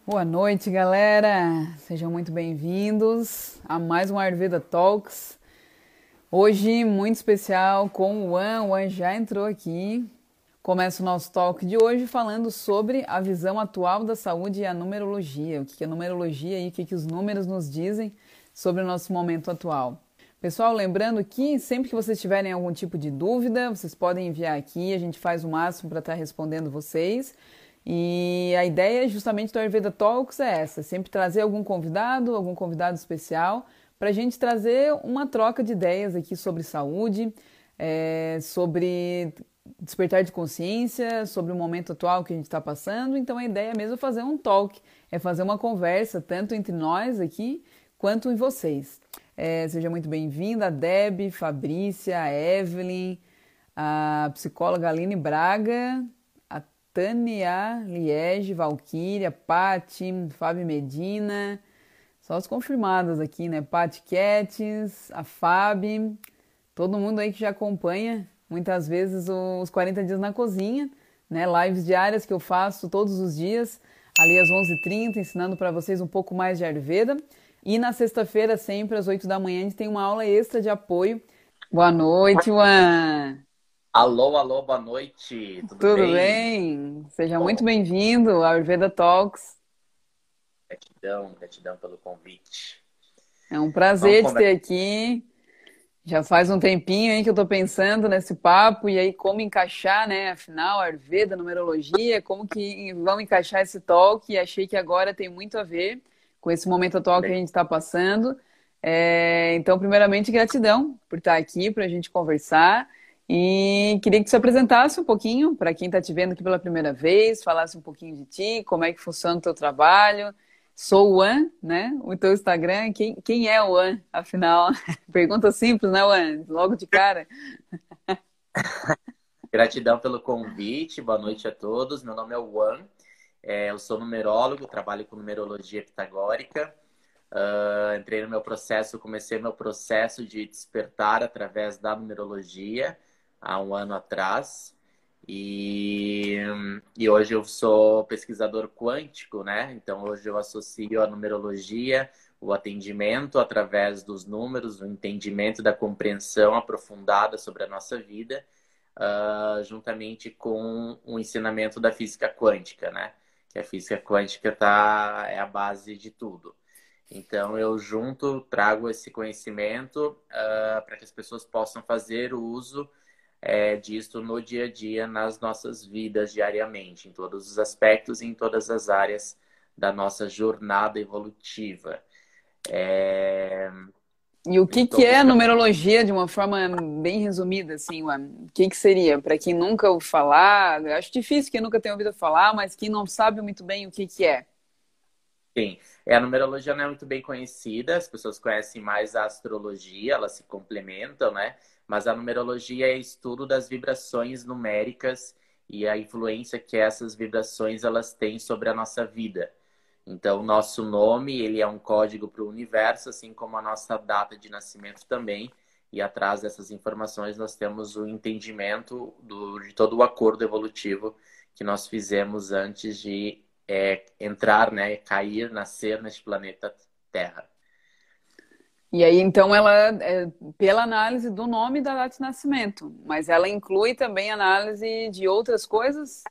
Boa noite, galera! Sejam muito bem-vindos a mais um Ayurveda Talks. Hoje, muito especial com o Juan. O Juan já entrou aqui. Começa o nosso talk de hoje falando sobre a visão atual da saúde e a numerologia. O que é numerologia e o que os números nos dizem sobre o nosso momento atual. Pessoal, lembrando que sempre que vocês tiverem algum tipo de dúvida, vocês podem enviar aqui, a gente faz o máximo para estar respondendo vocês. E a ideia justamente do Ayurveda Talks é essa, sempre trazer algum convidado especial, para a gente trazer uma troca de ideias aqui sobre saúde, sobre despertar de consciência, sobre o momento atual que a gente está passando. Então a ideia mesmo é fazer um talk, é fazer uma conversa, tanto entre nós aqui, quanto em vocês. Seja muito bem-vinda a Deb, Fabrícia, a Evelyn, a psicóloga Aline Braga, Tânia, Liege, Valquíria, Pati, Fábio Medina, só as confirmadas aqui, né? Pati Quetes, a Fábio, todo mundo aí que já acompanha muitas vezes os 40 dias na cozinha, né? Lives diárias que eu faço todos os dias, ali às 11h30, ensinando para vocês um pouco mais de Ayurveda. E na sexta-feira, sempre às 8 da manhã, a gente tem uma aula extra de apoio. Boa noite, Juan! Alô, alô, boa noite, tudo Tudo bem? bem? Seja muito Bom, bem-vindo ao Ayurveda Talks. gratidão pelo convite. É um Vamos prazer te ter conversar. aqui. Já faz um tempinho aí que eu tô pensando nesse papo e aí como encaixar, né? Afinal, Ayurveda, numerologia, como que vão encaixar esse talk? E achei que agora tem muito a ver com esse momento atual que a gente está passando. Então, primeiramente, gratidão por estar aqui para a gente conversar. E queria que tu se apresentasse um pouquinho para quem está te vendo aqui pela primeira vez, falasse um pouquinho de ti, como é que funciona o teu trabalho. Sou o An, né? O teu Instagram, quem é o An, afinal? Pergunta simples, né, Juan? Logo de cara. Gratidão pelo convite, boa noite a todos. Meu nome é Juan, eu sou numerólogo, trabalho com numerologia pitagórica. Entrei no meu processo, comecei meu processo de despertar através da numerologia há um ano atrás. E, e hoje eu sou pesquisador quântico, né? Então hoje eu associo a numerologia, o atendimento através dos números, o entendimento da compreensão aprofundada sobre a nossa vida, juntamente com o ensinamento da física quântica, né? Que a física quântica é a base de tudo. Então eu trago esse conhecimento para que as pessoas possam fazer o uso disso no dia a dia, nas nossas vidas diariamente, em todos os aspectos e em todas as áreas da nossa jornada evolutiva. É... E o que Estou é a buscando. numerologia de uma forma bem resumida, assim, Juan? O que seria? Para quem nunca ouviu falar, eu acho difícil quem nunca tenha ouvido falar, mas quem não sabe muito bem o que é. Sim, a numerologia não é muito bem conhecida, as pessoas conhecem mais a astrologia, elas se complementam, né? Mas a numerologia é estudo das vibrações numéricas e a influência que essas vibrações elas têm sobre a nossa vida. Então, o nosso nome, ele é um código para o universo, assim como a nossa data de nascimento também. E atrás dessas informações nós temos o entendimento de todo o acordo evolutivo que nós fizemos antes de entrar, né, cair, nascer neste planeta Terra. E aí, então, ela é pela análise do nome e da data de nascimento, mas ela inclui também análise de outras coisas?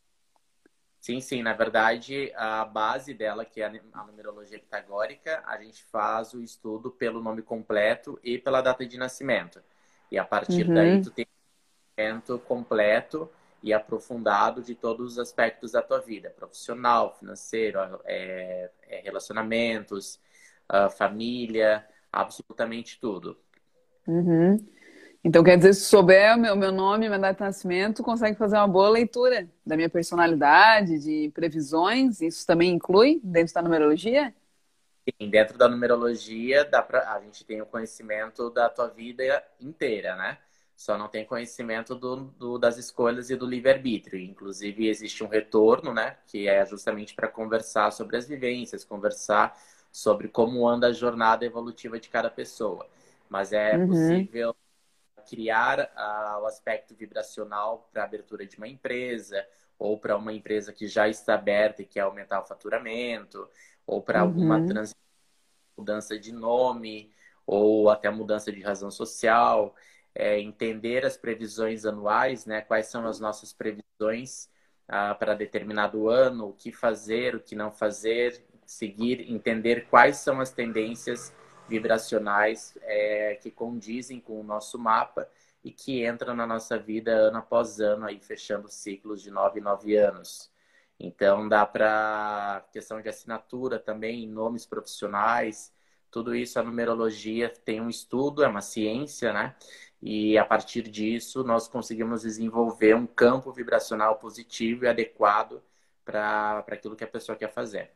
Sim, sim, na verdade, a base dela, que é a numerologia pitagórica, a gente faz o estudo pelo nome completo e pela data de nascimento. E a partir daí, Uhum. tu tem um conhecimento completo e aprofundado de todos os aspectos da tua vida, profissional, financeiro, relacionamentos, família, absolutamente tudo. Uhum. Então, quer dizer, se souber o meu nome, minha data de nascimento, consegue fazer uma boa leitura da minha personalidade, de previsões. Isso também inclui dentro da numerologia? Sim, dentro da numerologia, a gente tem o conhecimento da tua vida inteira, né? Só não tem conhecimento das escolhas e do livre-arbítrio. Inclusive, existe um retorno, né? Que é justamente para conversar sobre as vivências, conversar sobre como anda a jornada evolutiva de cada pessoa. Mas é Uhum. possível criar o aspecto vibracional para a abertura de uma empresa, ou para uma empresa que já está aberta e quer aumentar o faturamento, ou para alguma Uhum. mudança de nome, ou até mudança de razão social. Entender as previsões anuais, né? Quais são as nossas previsões para determinado ano, o que fazer, o que não fazer, seguir, entender quais são as tendências vibracionais que condizem com o nosso mapa e que entram na nossa vida ano após ano, aí fechando ciclos de 9 em 9 anos. Então dá para questão de assinatura também, nomes profissionais, tudo isso a numerologia tem um estudo, é uma ciência, né? E a partir disso nós conseguimos desenvolver um campo vibracional positivo e adequado para aquilo que a pessoa quer fazer.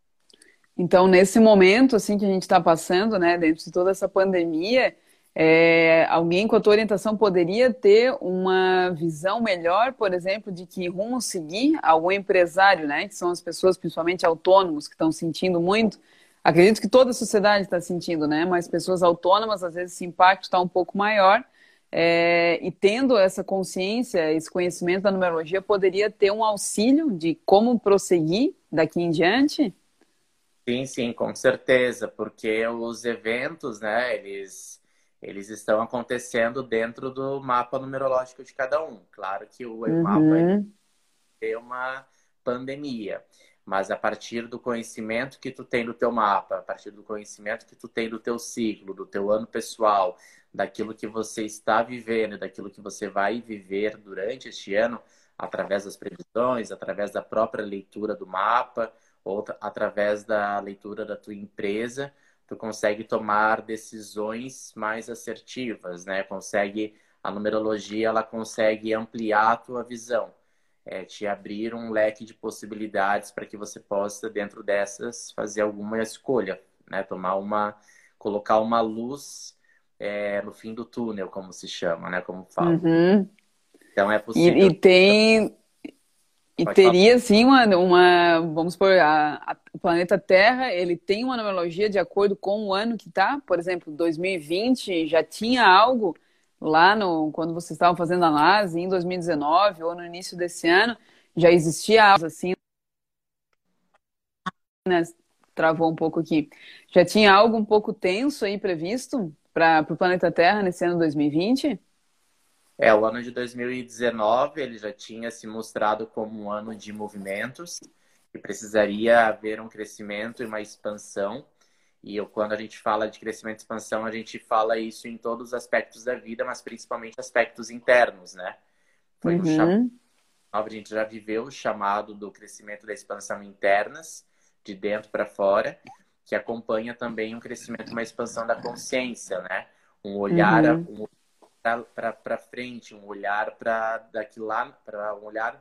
Então, nesse momento assim que a gente está passando, né, dentro de toda essa pandemia, alguém com a tua orientação poderia ter uma visão melhor, por exemplo, de que rumo seguir? Algum empresário, né, que são as pessoas principalmente autônomos que estão sentindo muito. Acredito que toda a sociedade está sentindo, né, mas pessoas autônomas, às vezes, esse impacto está um pouco maior. E tendo essa consciência, esse conhecimento da numerologia, poderia ter um auxílio de como prosseguir daqui em diante? Sim, sim, com certeza, porque os eventos, né, eles estão acontecendo dentro do mapa numerológico de cada um. Claro que o mapa Uhum, é uma pandemia, mas a partir do conhecimento que tu tem do teu mapa, a partir do conhecimento que tu tem do teu ciclo, do teu ano pessoal, daquilo que você está vivendo, daquilo que você vai viver durante este ano, através das previsões, através da própria leitura do mapa, ou através da leitura da tua empresa, tu consegue tomar decisões mais assertivas, né? A numerologia, ela consegue ampliar a tua visão, te abrir um leque de possibilidades para que você possa, dentro dessas, fazer alguma escolha, né? Colocar uma luz no fim do túnel, como se chama, né? Como falo. uhum. Então é E, possível. e tem e Pode falar. teria sim vamos supor, o planeta Terra, ele tem uma numerologia de acordo com o ano que tá. Por exemplo, 2020 já tinha algo lá no quando vocês estavam fazendo a análise em 2019 ou no início desse ano, já existia algo assim, né? Travou um pouco aqui. Já tinha algo um pouco tenso aí previsto para o planeta Terra nesse ano 2020? O ano de 2019 ele já tinha se mostrado como um ano de movimentos, que precisaria haver um crescimento e uma expansão. Quando a gente fala de crescimento e expansão, a gente fala isso em todos os aspectos da vida, mas principalmente aspectos internos, né? Foi no chamado, Uhum, a gente já viveu o chamado do crescimento e da expansão internas, de dentro para fora, que acompanha também um crescimento e uma expansão da consciência, né? Um olhar, uhum, para frente, um olhar para daqui lá, para um olhar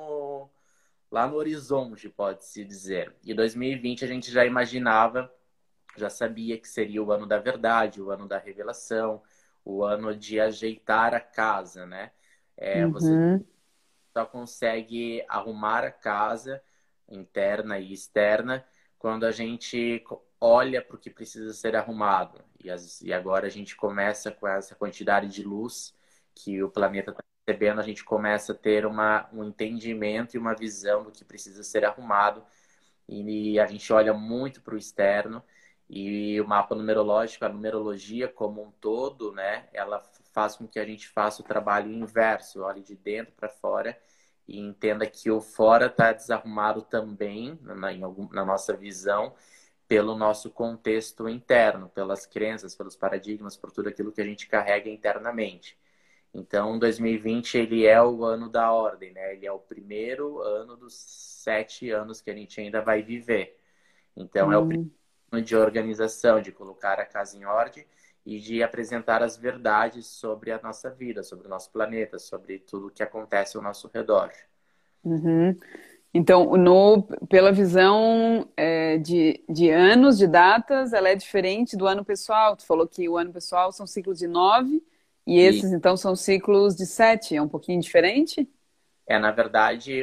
lá no horizonte, pode-se dizer. E 2020 a gente já imaginava, já sabia que seria o ano da verdade, o ano da revelação, o ano de ajeitar a casa, né? Você uhum, só consegue arrumar a casa interna e externa quando a gente olha para o que precisa ser arrumado. E agora a gente começa com essa quantidade de luz que o planeta está recebendo, a gente começa a ter um entendimento e uma visão do que precisa ser arrumado. E a gente olha muito para o externo e o mapa numerológico, a numerologia como um todo, né? Ela faz com que a gente faça o trabalho inverso, olhe de dentro para fora e entenda que o fora está desarrumado também, na nossa visão, pelo nosso contexto interno, pelas crenças, pelos paradigmas, por tudo aquilo que a gente carrega internamente. Então, 2020 ele é o ano da ordem, né? Ele é o primeiro ano dos 7 anos que a gente ainda vai viver. Então, é o primeiro uhum. ano de organização, de colocar a casa em ordem e de apresentar as verdades sobre a nossa vida, sobre o nosso planeta, sobre tudo que acontece ao nosso redor. Uhum. Então, pela visão de anos, de datas, ela é diferente do ano pessoal. Tu falou que o ano pessoal são ciclos de 9 e E esses, então, são ciclos de 7. É um pouquinho diferente? na verdade,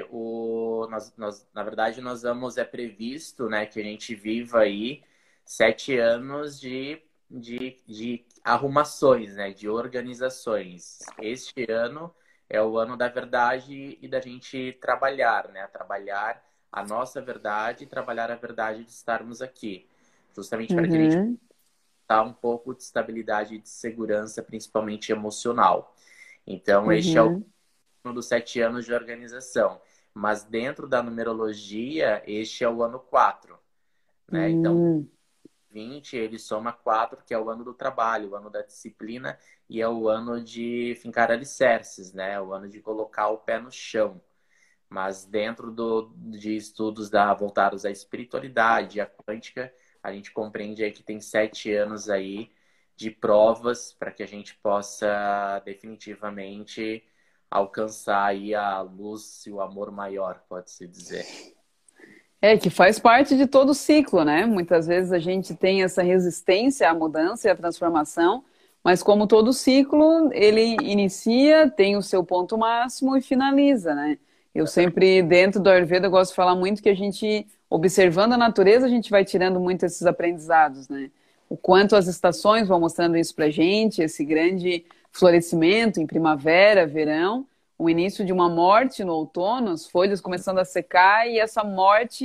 na verdade, nós vamos, é previsto, né, que a gente viva aí 7 anos de arrumações, né, de organizações. Este ano é o ano da verdade e da gente trabalhar, né? Trabalhar a nossa verdade e trabalhar a verdade de estarmos aqui. Justamente para que a gente Uhum, tenha um pouco de estabilidade e de segurança, principalmente emocional. Então, este é o uhum, ano dos 7 anos de organização. Mas dentro da numerologia, este é o ano 4, né? Então, uhum. 20 ele soma 4, que é o ano do trabalho, o ano da disciplina, e é o ano de fincar alicerces, né? O ano de colocar o pé no chão. Mas dentro de estudos voltados à espiritualidade, à quântica, a gente compreende aí que tem 7 anos aí de provas para que a gente possa definitivamente alcançar aí a luz e o amor maior, pode-se dizer. É, que faz parte de todo o ciclo, né? Muitas vezes a gente tem essa resistência à mudança e à transformação, mas como todo ciclo, ele inicia, tem o seu ponto máximo e finaliza, né? Eu sempre, dentro do Ayurveda, eu gosto de falar muito que a gente, observando a natureza, a gente vai tirando muito esses aprendizados, né? O quanto as estações vão mostrando isso pra gente, esse grande florescimento em primavera, verão, o início de uma morte no outono, as folhas começando a secar e essa morte,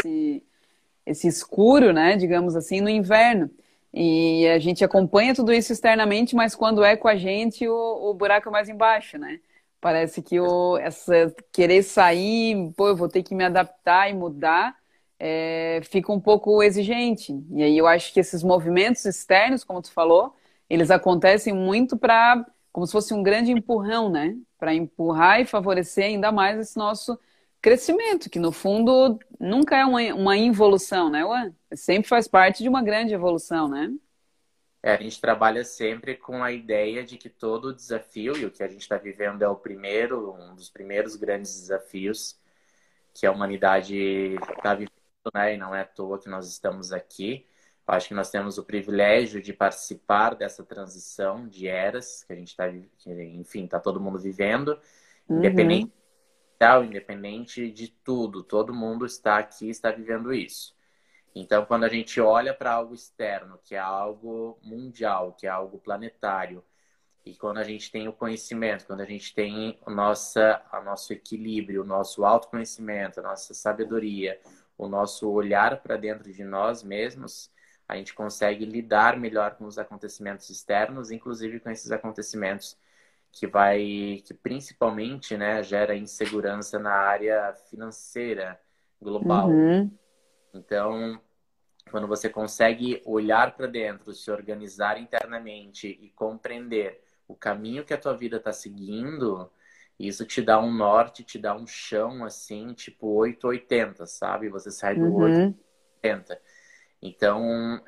esse escuro, né, digamos assim, no inverno. E a gente acompanha tudo isso externamente, mas quando é com a gente, o buraco é mais embaixo, né? Parece que essa querer sair, pô, eu vou ter que me adaptar e mudar, fica um pouco exigente. E aí eu acho que esses movimentos externos, como tu falou, eles acontecem muito para, como se fosse um grande empurrão, né? Para empurrar e favorecer ainda mais esse nosso crescimento, que no fundo nunca é uma involução, né, Ué? Sempre faz parte de uma grande evolução, né? A gente trabalha sempre com a ideia de que todo desafio, e o que a gente está vivendo é um dos primeiros grandes desafios que a humanidade está vivendo, né? E não é à toa que nós estamos aqui. Eu acho que nós temos o privilégio de participar dessa transição de eras que a gente está, enfim, está todo mundo vivendo, independente Uhum, independente de tudo, todo mundo está aqui, está vivendo isso. Então, quando a gente olha para algo externo, que é algo mundial, que é algo planetário, e quando a gente tem o conhecimento, quando a gente tem o nosso equilíbrio, o nosso autoconhecimento, a nossa sabedoria, o nosso olhar para dentro de nós mesmos, a gente consegue lidar melhor com os acontecimentos externos, inclusive com esses acontecimentos que principalmente, né, gera insegurança na área financeira global. uhum, Então, quando você consegue olhar para dentro, se organizar internamente e compreender o caminho que a tua vida está seguindo, isso te dá um norte, te dá um chão assim, tipo 880, sabe? Você sai do uhum, 880. Então,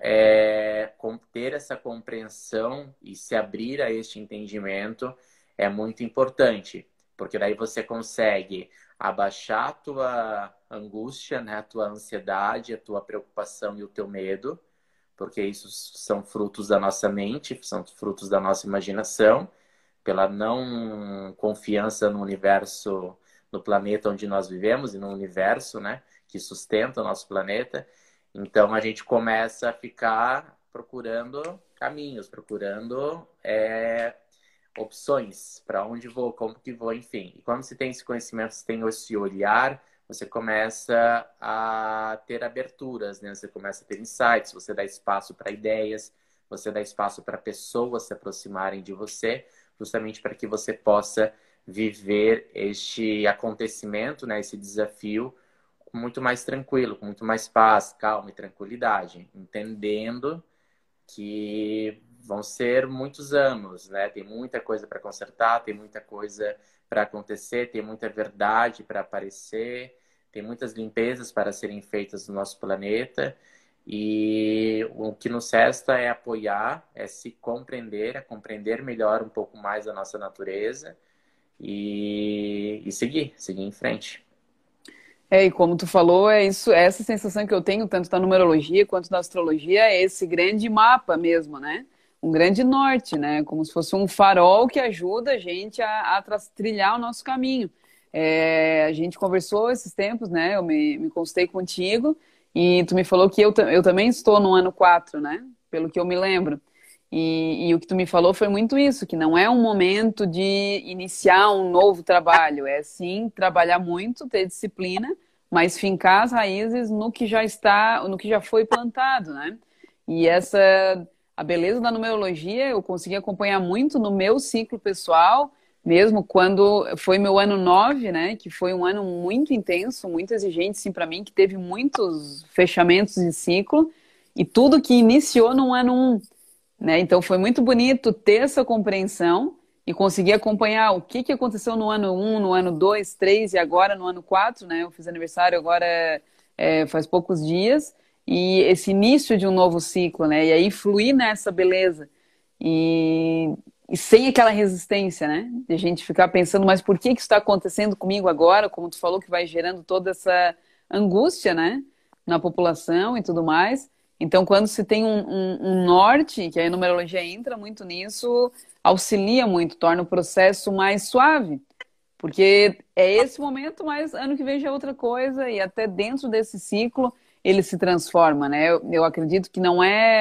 ter essa compreensão e se abrir a este entendimento é muito importante, porque daí você consegue abaixar a tua angústia, né, a tua ansiedade, a tua preocupação e o teu medo, porque isso são frutos da nossa mente, são frutos da nossa imaginação, pela não confiança no universo, no planeta onde nós vivemos e no universo, né, que sustenta o nosso planeta. Então a gente começa a ficar procurando caminhos, procurando opções para onde vou, como que vou, enfim. E quando você tem esse conhecimento, você tem esse olhar, você começa a ter aberturas, né? Você começa a ter insights, você dá espaço para ideias, você dá espaço para pessoas se aproximarem de você, justamente para que você possa viver este acontecimento, né? Esse desafio com muito mais tranquilo, com muito mais paz, calma e tranquilidade, entendendo que vão ser muitos anos, né? Tem muita coisa para consertar, tem muita coisa para acontecer, tem muita verdade para aparecer, tem muitas limpezas para serem feitas no nosso planeta. E o que nos resta é apoiar, é se compreender, é compreender melhor um pouco mais a nossa natureza e seguir em frente. E como tu falou, é isso, é essa sensação que eu tenho, tanto da numerologia quanto da astrologia, é esse grande mapa mesmo, né? Um grande norte, né? Como se fosse um farol que ajuda a gente a trilhar o nosso caminho. A gente conversou esses tempos, né? Eu me consultei contigo e tu me falou que eu também estou no ano 4, né? Pelo que eu me lembro. E o que tu me falou foi muito isso, que não é um momento de iniciar um novo trabalho, é sim trabalhar muito, ter disciplina, mas fincar as raízes no que já está, no que já foi plantado, né? E a beleza da numerologia eu consegui acompanhar muito no meu ciclo pessoal, mesmo quando foi meu ano 9, né? Que foi um ano muito intenso, muito exigente, sim, para mim, que teve muitos fechamentos de ciclo, e tudo que iniciou no ano 1, né? Então foi muito bonito ter essa compreensão e conseguir acompanhar o que aconteceu no ano 1, no ano 2, 3 e agora no ano 4, né? Eu fiz aniversário agora faz poucos dias, e esse início de um novo ciclo, né? E aí fluir nessa beleza e, e sem aquela resistência, né? De a gente ficar pensando, mas por que isso está acontecendo comigo agora? Como tu falou, que vai gerando toda essa angústia, né? Na população e tudo mais. Então, quando se tem um norte, que a numerologia entra muito nisso, auxilia muito, torna o processo mais suave. Porque é esse momento, mas ano que vem já é outra coisa, e até dentro desse ciclo ele se transforma, né? Eu acredito que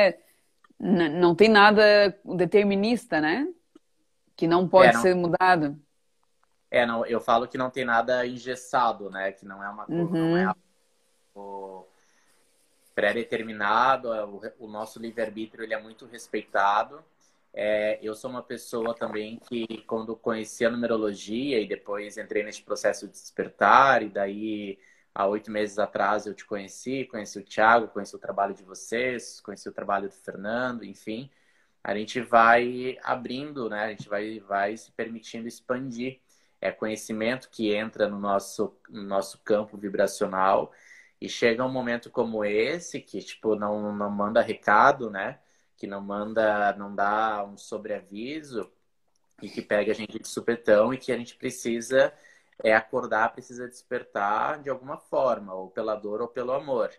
não tem nada determinista, né? Que não É, pode não, ser mudado. não, eu falo que não tem nada engessado, né? Que não é não é Uhum, algo pré-determinado, o nosso livre-arbítrio ele é muito respeitado. Eu sou uma pessoa também que, quando conheci a numerologia e depois entrei nesse processo de despertar, e daí, há 8 meses atrás, eu te conheci o Thiago, conheci o trabalho de vocês, conheci o trabalho do Fernando, enfim, a gente vai abrindo, né? A gente vai se permitindo expandir. É conhecimento que entra no nosso campo vibracional, e chega um momento como esse, que, tipo, não manda recado, né? Que não manda, não dá um sobreaviso, e que pega a gente de supetão, e que a gente precisa acordar, precisa despertar de alguma forma, ou pela dor ou pelo amor.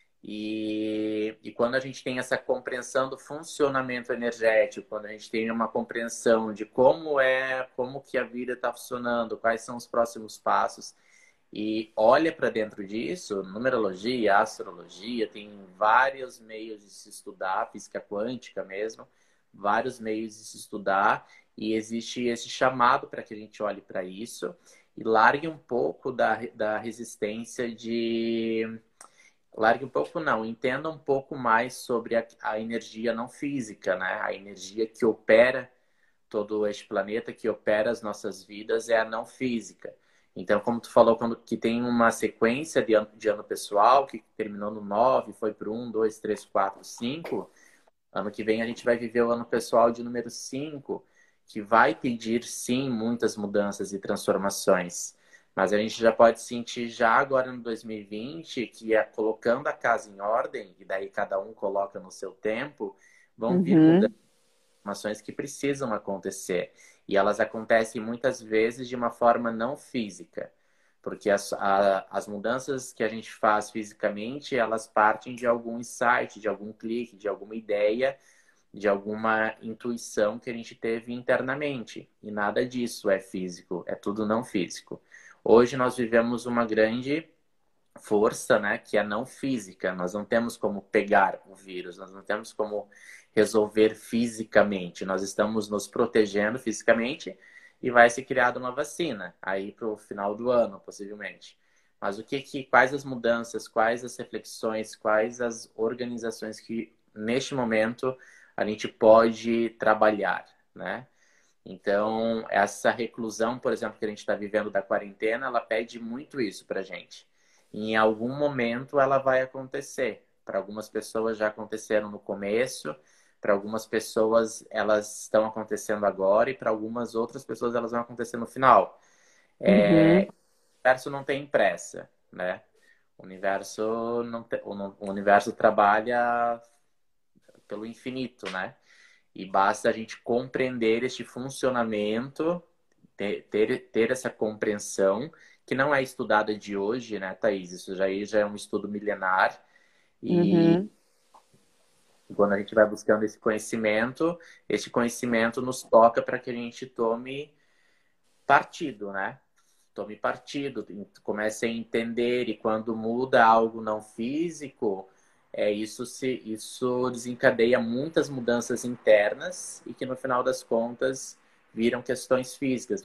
E quando a gente tem essa compreensão do funcionamento energético, quando a gente tem uma compreensão de como que a vida está funcionando, quais são os próximos passos, e olha para dentro disso, numerologia, astrologia, tem vários meios de se estudar, física quântica mesmo, vários meios de se estudar, e existe esse chamado para que a gente olhe para isso e largue um pouco da resistência de. Largue um pouco, não, entenda um pouco mais sobre a energia não física, né? A energia que opera todo este planeta, que opera as nossas vidas, é a não física. Então, como tu falou, que tem uma sequência de ano pessoal, que terminou no 9, foi para o 1, 2, 3, 4, 5. Ano que vem a gente vai viver o ano pessoal de número 5, que vai pedir, sim, muitas mudanças e transformações. Mas a gente já pode sentir já agora no 2020 que, colocando a casa em ordem, e daí cada um coloca no seu tempo, vão vir mudanças, uhum, transformações que precisam acontecer. E elas acontecem muitas vezes de uma forma não física. Porque as mudanças que a gente faz fisicamente, elas partem de algum insight, de algum clique, de alguma ideia, de alguma intuição que a gente teve internamente. E nada disso é físico, é tudo não físico. Hoje nós vivemos uma grande força, né, que é não física. Nós não temos como pegar o vírus, nós não temos como resolver fisicamente. Nós estamos nos protegendo fisicamente, e vai ser criada uma vacina aí para o final do ano, possivelmente. Mas quais as mudanças, quais as reflexões, quais as organizações que neste momento a gente pode trabalhar, né? Então, essa reclusão, por exemplo, que a gente está vivendo da quarentena, ela pede muito isso para a gente. Em algum momento ela vai acontecer. Para algumas pessoas já aconteceram no começo, para algumas pessoas elas estão acontecendo agora, e para algumas outras pessoas elas vão acontecer no final. uhum. O universo não tem pressa, né? O universo não te- o universo trabalha pelo infinito, né? E basta a gente compreender este funcionamento, ter essa compreensão, que não é estudada de hoje, né, Thaís? Isso já é um estudo milenar. E Uhum. quando a gente vai buscando esse conhecimento, este conhecimento nos toca para que a gente tome partido, né? Tome partido, comece a entender. E quando muda algo não físico, isso desencadeia muitas mudanças internas e que no final das contas viram questões físicas,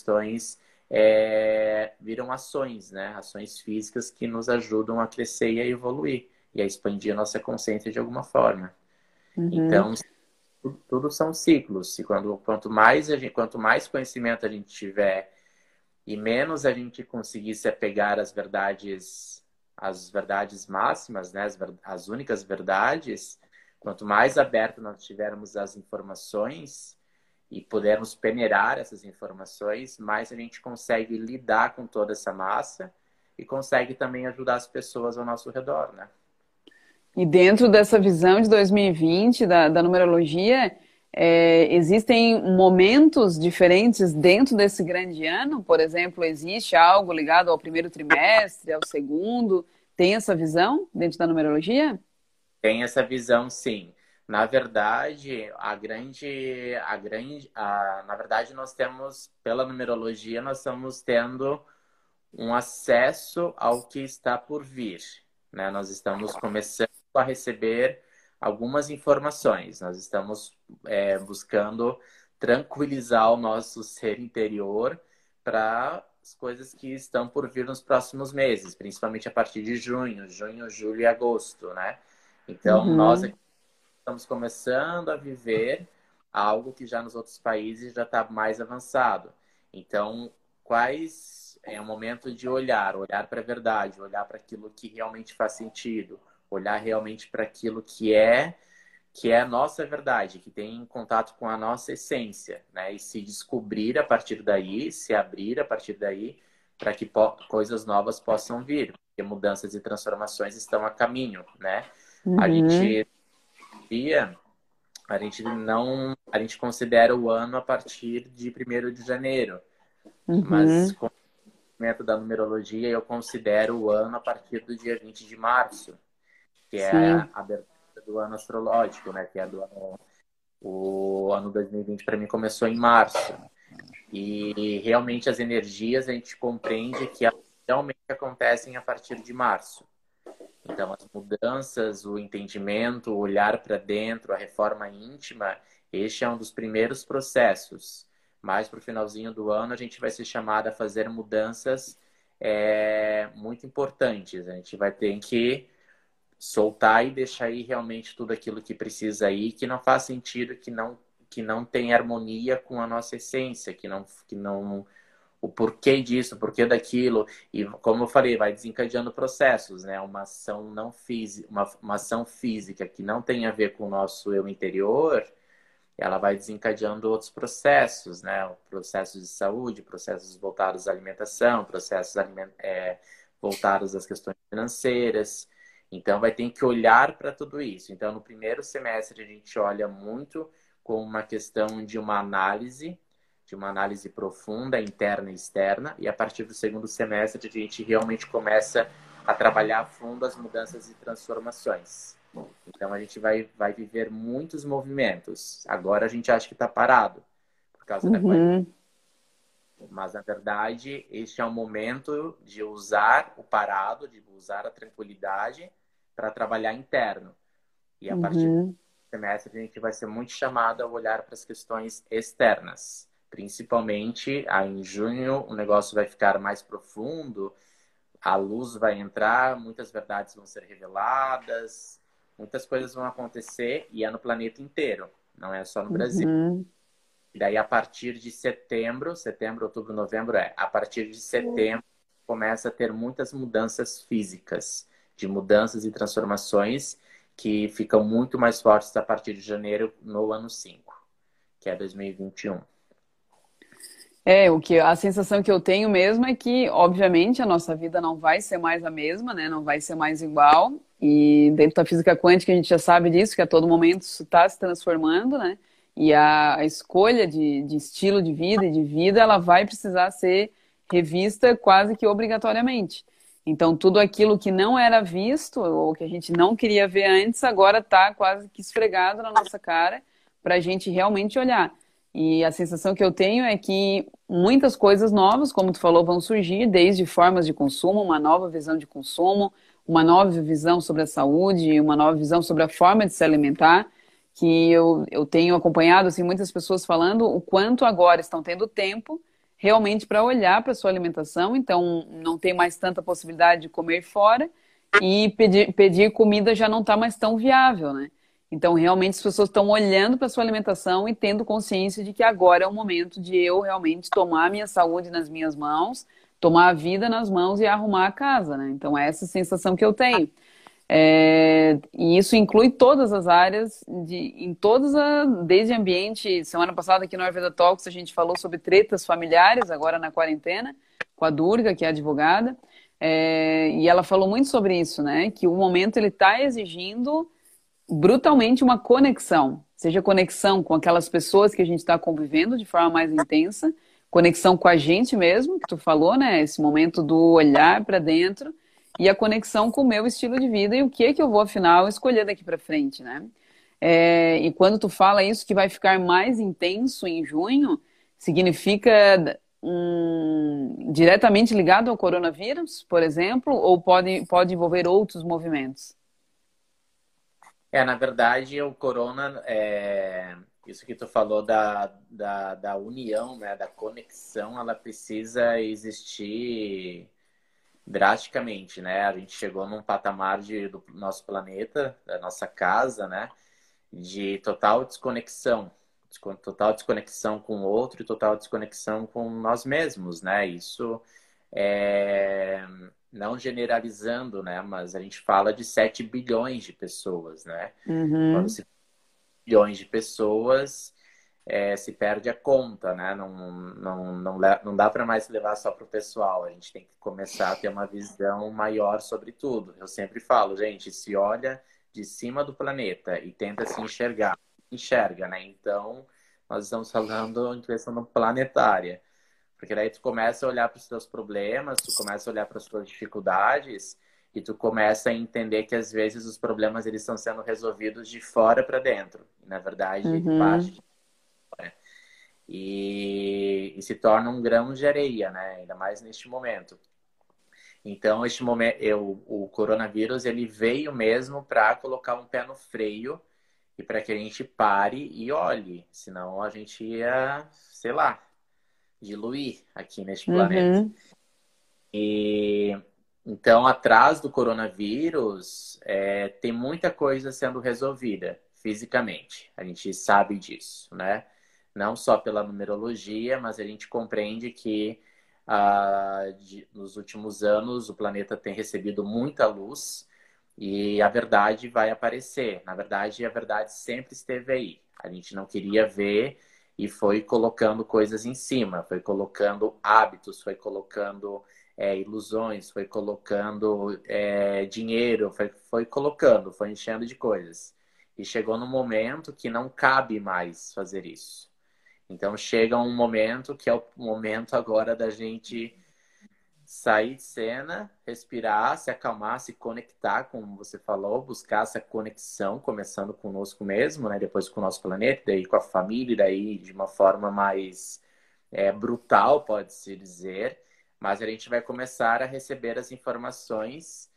viram ações, né? Ações físicas que nos ajudam a crescer e a evoluir e a expandir a nossa consciência de alguma forma. Uhum. Então, tudo são ciclos. E quanto mais conhecimento a gente tiver e menos a gente conseguir se apegar às verdades máximas, né? As únicas verdades, quanto mais aberto nós tivermos às informações e pudermos peneirar essas informações, mais a gente consegue lidar com toda essa massa e consegue também ajudar as pessoas ao nosso redor, né? E dentro dessa visão de 2020 da numerologia, existem momentos diferentes dentro desse grande ano? Por exemplo, existe algo ligado ao primeiro trimestre, ao segundo? Tem essa visão dentro da numerologia? Tem essa visão, sim. Na verdade, na verdade, nós temos, pela numerologia, nós estamos tendo um acesso ao que está por vir, né? Nós estamos começando a receber algumas informações. Nós estamos buscando tranquilizar o nosso ser interior para as coisas que estão por vir nos próximos meses, principalmente a partir de junho, julho e agosto, né? Então, nós Uhum. aqui estamos começando a viver algo que já nos outros países já está mais avançado. Então, é o momento de olhar para a verdade, olhar para aquilo que realmente faz sentido, olhar realmente para aquilo que é a nossa verdade, que tem contato com a nossa essência, né? E se descobrir a partir daí, se abrir a partir daí, para que coisas novas possam vir, porque mudanças e transformações estão a caminho, né? A Uhum. gente dia, a gente não, a gente considera o ano a partir de 1º de janeiro, mas Uhum. com o conhecimento da numerologia, eu considero o ano a partir do dia 20 de março, que é a Sim. abertura do ano astrológico, né? Que é o ano 2020 para mim começou em março. E realmente as energias a gente compreende que elas realmente acontecem a partir de março. Então, as mudanças, o entendimento, o olhar para dentro, a reforma íntima, este é um dos primeiros processos. Mais para o finalzinho do ano, a gente vai ser chamado a fazer mudanças muito importantes. A gente vai ter que soltar e deixar ir realmente tudo aquilo que precisa ir, que não faz sentido, que não tem harmonia com a nossa essência, que não o porquê disso, o porquê daquilo. E como eu falei, vai desencadeando processos, né? Uma ação não física, uma ação física que não tem a ver com o nosso eu interior, ela vai desencadeando outros processos, né? Processos de saúde, processos voltados à alimentação, voltados às questões financeiras. Então, vai ter que olhar para tudo isso. Então, no primeiro semestre, a gente olha muito com uma questão de uma análise profunda, interna e externa. E a partir do segundo semestre, a gente realmente começa a trabalhar a fundo as mudanças e transformações. Então, a gente vai viver muitos movimentos. Agora, a gente acha que está parado por causa da quarentena. Uhum. Mas, na verdade, este é o momento de usar o parado, de usar a tranquilidade para trabalhar interno. E a partir do Uhum. semestre, a gente vai ser muito chamado a olhar para as questões externas. Principalmente, em junho, o negócio vai ficar mais profundo, a luz vai entrar, muitas verdades vão ser reveladas, muitas coisas vão acontecer e é no planeta inteiro, não é só no Brasil. Uhum. E daí, a partir de setembro, outubro, novembro, a partir de setembro, começa a ter muitas mudanças físicas, de mudanças e transformações que ficam muito mais fortes a partir de janeiro no ano 5, que é 2021. A sensação que eu tenho mesmo é que, obviamente, a nossa vida não vai ser mais a mesma, né? Não vai ser mais igual. E dentro da física quântica a gente já sabe disso, que a todo momento isso está se transformando, né? E a escolha de estilo de vida e de vida, ela vai precisar ser revista quase que obrigatoriamente. Então, tudo aquilo que não era visto ou que a gente não queria ver antes, agora está quase que esfregado na nossa cara para a gente realmente olhar. E a sensação que eu tenho é que muitas coisas novas, como tu falou, vão surgir, desde formas de consumo, uma nova visão de consumo, uma nova visão sobre a saúde, uma nova visão sobre a forma de se alimentar, que eu tenho acompanhado assim, muitas pessoas falando o quanto agora estão tendo tempo realmente para olhar para a sua alimentação, então não tem mais tanta possibilidade de comer fora e pedir comida já não está mais tão viável, né? Então, realmente, as pessoas estão olhando para a sua alimentação e tendo consciência de que agora é o momento de eu realmente tomar a minha saúde nas minhas mãos, tomar a vida nas mãos e arrumar a casa, né? Então, é essa sensação que eu tenho. E isso inclui todas as áreas, desde ambiente. Semana passada aqui no Ayurveda Talks a gente falou sobre tretas familiares, agora na quarentena, com a Durga, que é advogada, e ela falou muito sobre isso, né? Que o momento ele está exigindo brutalmente uma conexão, seja conexão com aquelas pessoas que a gente está convivendo de forma mais intensa, conexão com a gente mesmo, que tu falou, né? Esse momento do olhar para dentro e a conexão com o meu estilo de vida e o que é que eu vou, afinal, escolher daqui para frente, né? E quando tu fala isso que vai ficar mais intenso em junho, significa diretamente ligado ao coronavírus, por exemplo, ou pode envolver outros movimentos? Na verdade, o corona, isso que tu falou da união, né, da conexão, ela precisa existir drasticamente, né? A gente chegou num patamar do nosso planeta, da nossa casa, né, de total desconexão com o outro e total desconexão com nós mesmos, né? Isso é, não generalizando, né? Mas a gente fala de 7 bilhões de pessoas, né? Quando Uhum. se bilhões de pessoas, se perde a conta, né? Não dá para mais levar só para o pessoal. A gente tem que começar a ter uma visão maior sobre tudo. Eu sempre falo, gente, se olha de cima do planeta e tenta se enxergar. Enxerga, né? Então, nós estamos falando em questão planetária. Porque daí tu começa a olhar para os teus problemas, tu começa a olhar para as tuas dificuldades e tu começa a entender que às vezes os problemas eles estão sendo resolvidos de fora para dentro. E, na verdade, parte Uhum. de fora. E se torna um grão de areia, né? Ainda mais neste momento. Então, este momento, o coronavírus ele veio mesmo para colocar um pé no freio e para que a gente pare e olhe, senão a gente ia, sei lá, diluir aqui neste planeta. Uhum. E então, atrás do coronavírus, tem muita coisa sendo resolvida fisicamente. A gente sabe disso, né? Não só pela numerologia, mas a gente compreende que nos últimos anos o planeta tem recebido muita luz e a verdade vai aparecer. Na verdade, a verdade sempre esteve aí. A gente não queria ver e foi colocando coisas em cima, foi colocando hábitos, foi colocando ilusões, foi colocando dinheiro, foi colocando, foi enchendo de coisas. E chegou num momento que não cabe mais fazer isso. Então chega um momento que é o momento agora da gente sair de cena, respirar, se acalmar, se conectar, como você falou, buscar essa conexão, começando conosco mesmo, né? Depois com o nosso planeta, daí com a família, daí de uma forma mais brutal, pode-se dizer, mas a gente vai começar a receber as informações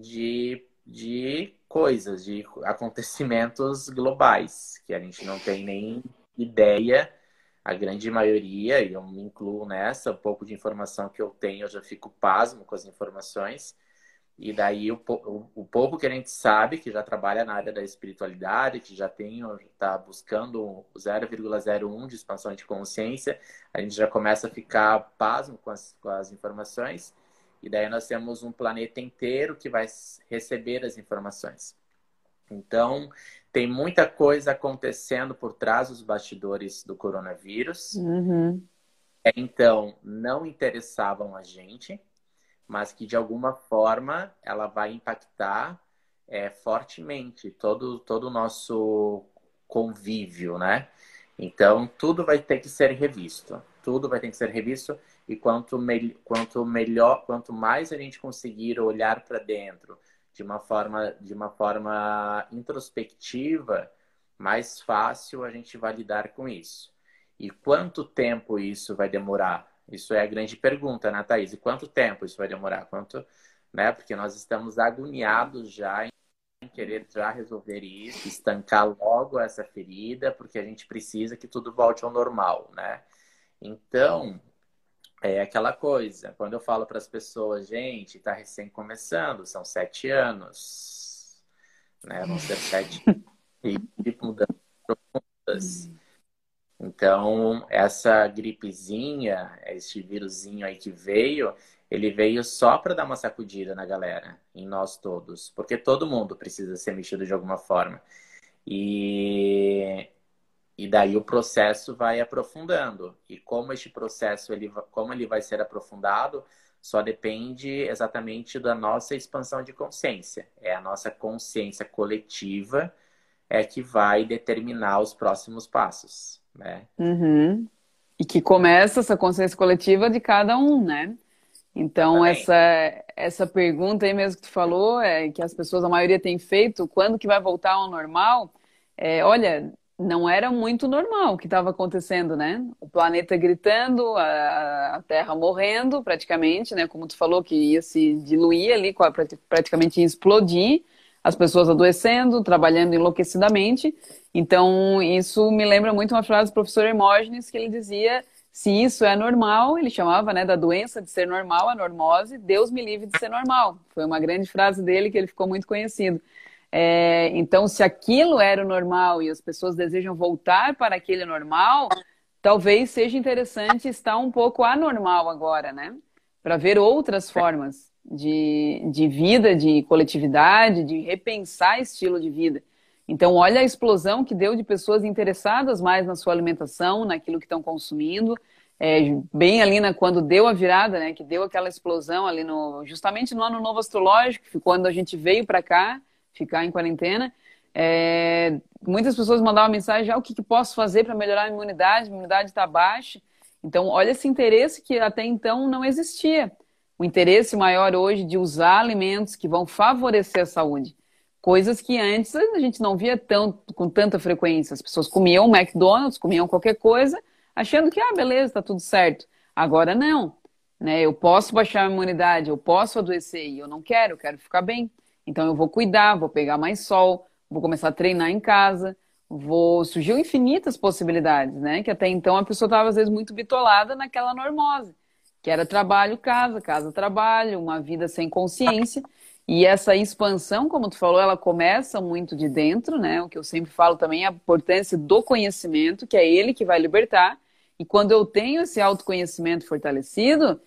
de coisas, de acontecimentos globais, que a gente não tem nem ideia, a grande maioria, e eu me incluo nessa, um pouco de informação que eu tenho, eu já fico pasmo com as informações. E daí o pouco que a gente sabe, que já trabalha na área da espiritualidade, que já está buscando o 0,01 de expansão de consciência, a gente já começa a ficar pasmo com as informações. E daí nós temos um planeta inteiro que vai receber as informações. Então, tem muita coisa acontecendo por trás dos bastidores do coronavírus. Uhum. Então, não interessavam a gente, mas que de alguma forma ela vai impactar fortemente todo o nosso convívio, né? Então, tudo vai ter que ser revisto. Tudo vai ter que ser revisto e quanto melhor, quanto mais a gente conseguir olhar para dentro de uma forma introspectiva, mais fácil a gente vai lidar com isso. E quanto tempo isso vai demorar? Isso é a grande pergunta, né, Thaís? E quanto tempo isso vai demorar? né? Porque nós estamos agoniados já em querer já resolver isso, estancar logo essa ferida, porque a gente precisa que tudo volte ao normal, né? Então, é aquela coisa. Quando eu falo para as pessoas, gente, está recém começando, são 7 anos, né? Vão ser 7 de mudanças profundas. Então, essa gripezinha, esse vírusinho aí que veio, ele veio só para dar uma sacudida na galera, em nós todos, porque todo mundo precisa ser mexido de alguma forma. E, e daí o processo vai aprofundando. E como este processo como ele vai ser aprofundado, só depende exatamente da nossa expansão de consciência. É a nossa consciência coletiva que vai determinar os próximos passos, né? Uhum. E que começa essa consciência coletiva de cada um, né? Então, Exatamente. essa pergunta aí mesmo que tu falou, que as pessoas, a maioria tem feito, quando que vai voltar ao normal? Olha, não era muito normal o que estava acontecendo, né? O planeta gritando, a Terra morrendo praticamente, né? Como tu falou, que ia se diluir ali, praticamente ia explodir, as pessoas adoecendo, trabalhando enlouquecidamente. Então, isso me lembra muito uma frase do professor Hermógenes, que ele dizia: se isso é normal, ele chamava, né, da doença de ser normal, a normose, Deus me livre de ser normal. Foi uma grande frase dele que ele ficou muito conhecido. Então, se aquilo era o normal e as pessoas desejam voltar para aquele normal, talvez seja interessante estar um pouco anormal agora, né? Para ver outras formas de vida, de coletividade, de repensar estilo de vida. Então, olha a explosão que deu de pessoas interessadas mais na sua alimentação, naquilo que estão consumindo. Bem ali quando deu a virada, né? Que deu aquela explosão ali justamente no ano novo astrológico, que foi quando a gente veio para cá, ficar em quarentena. Muitas pessoas mandavam mensagem: o que posso fazer para melhorar a imunidade está baixa. Então, olha esse interesse que até então não existia. O interesse maior hoje de usar alimentos que vão favorecer a saúde. Coisas que antes a gente não via com tanta frequência. As pessoas comiam McDonald's, comiam qualquer coisa, achando que, beleza, está tudo certo. Agora não, né? Eu posso baixar a imunidade, eu posso adoecer e eu não quero, eu quero ficar bem. Então eu vou cuidar, vou pegar mais sol, vou começar a treinar em casa, surgiu infinitas possibilidades, né? Que até então a pessoa estava às vezes muito bitolada naquela normose, que era trabalho, casa, casa, trabalho, uma vida sem consciência. E essa expansão, como tu falou, ela começa muito de dentro, né? O que eu sempre falo também é a importância do conhecimento, que é ele que vai libertar. E quando eu tenho esse autoconhecimento fortalecido,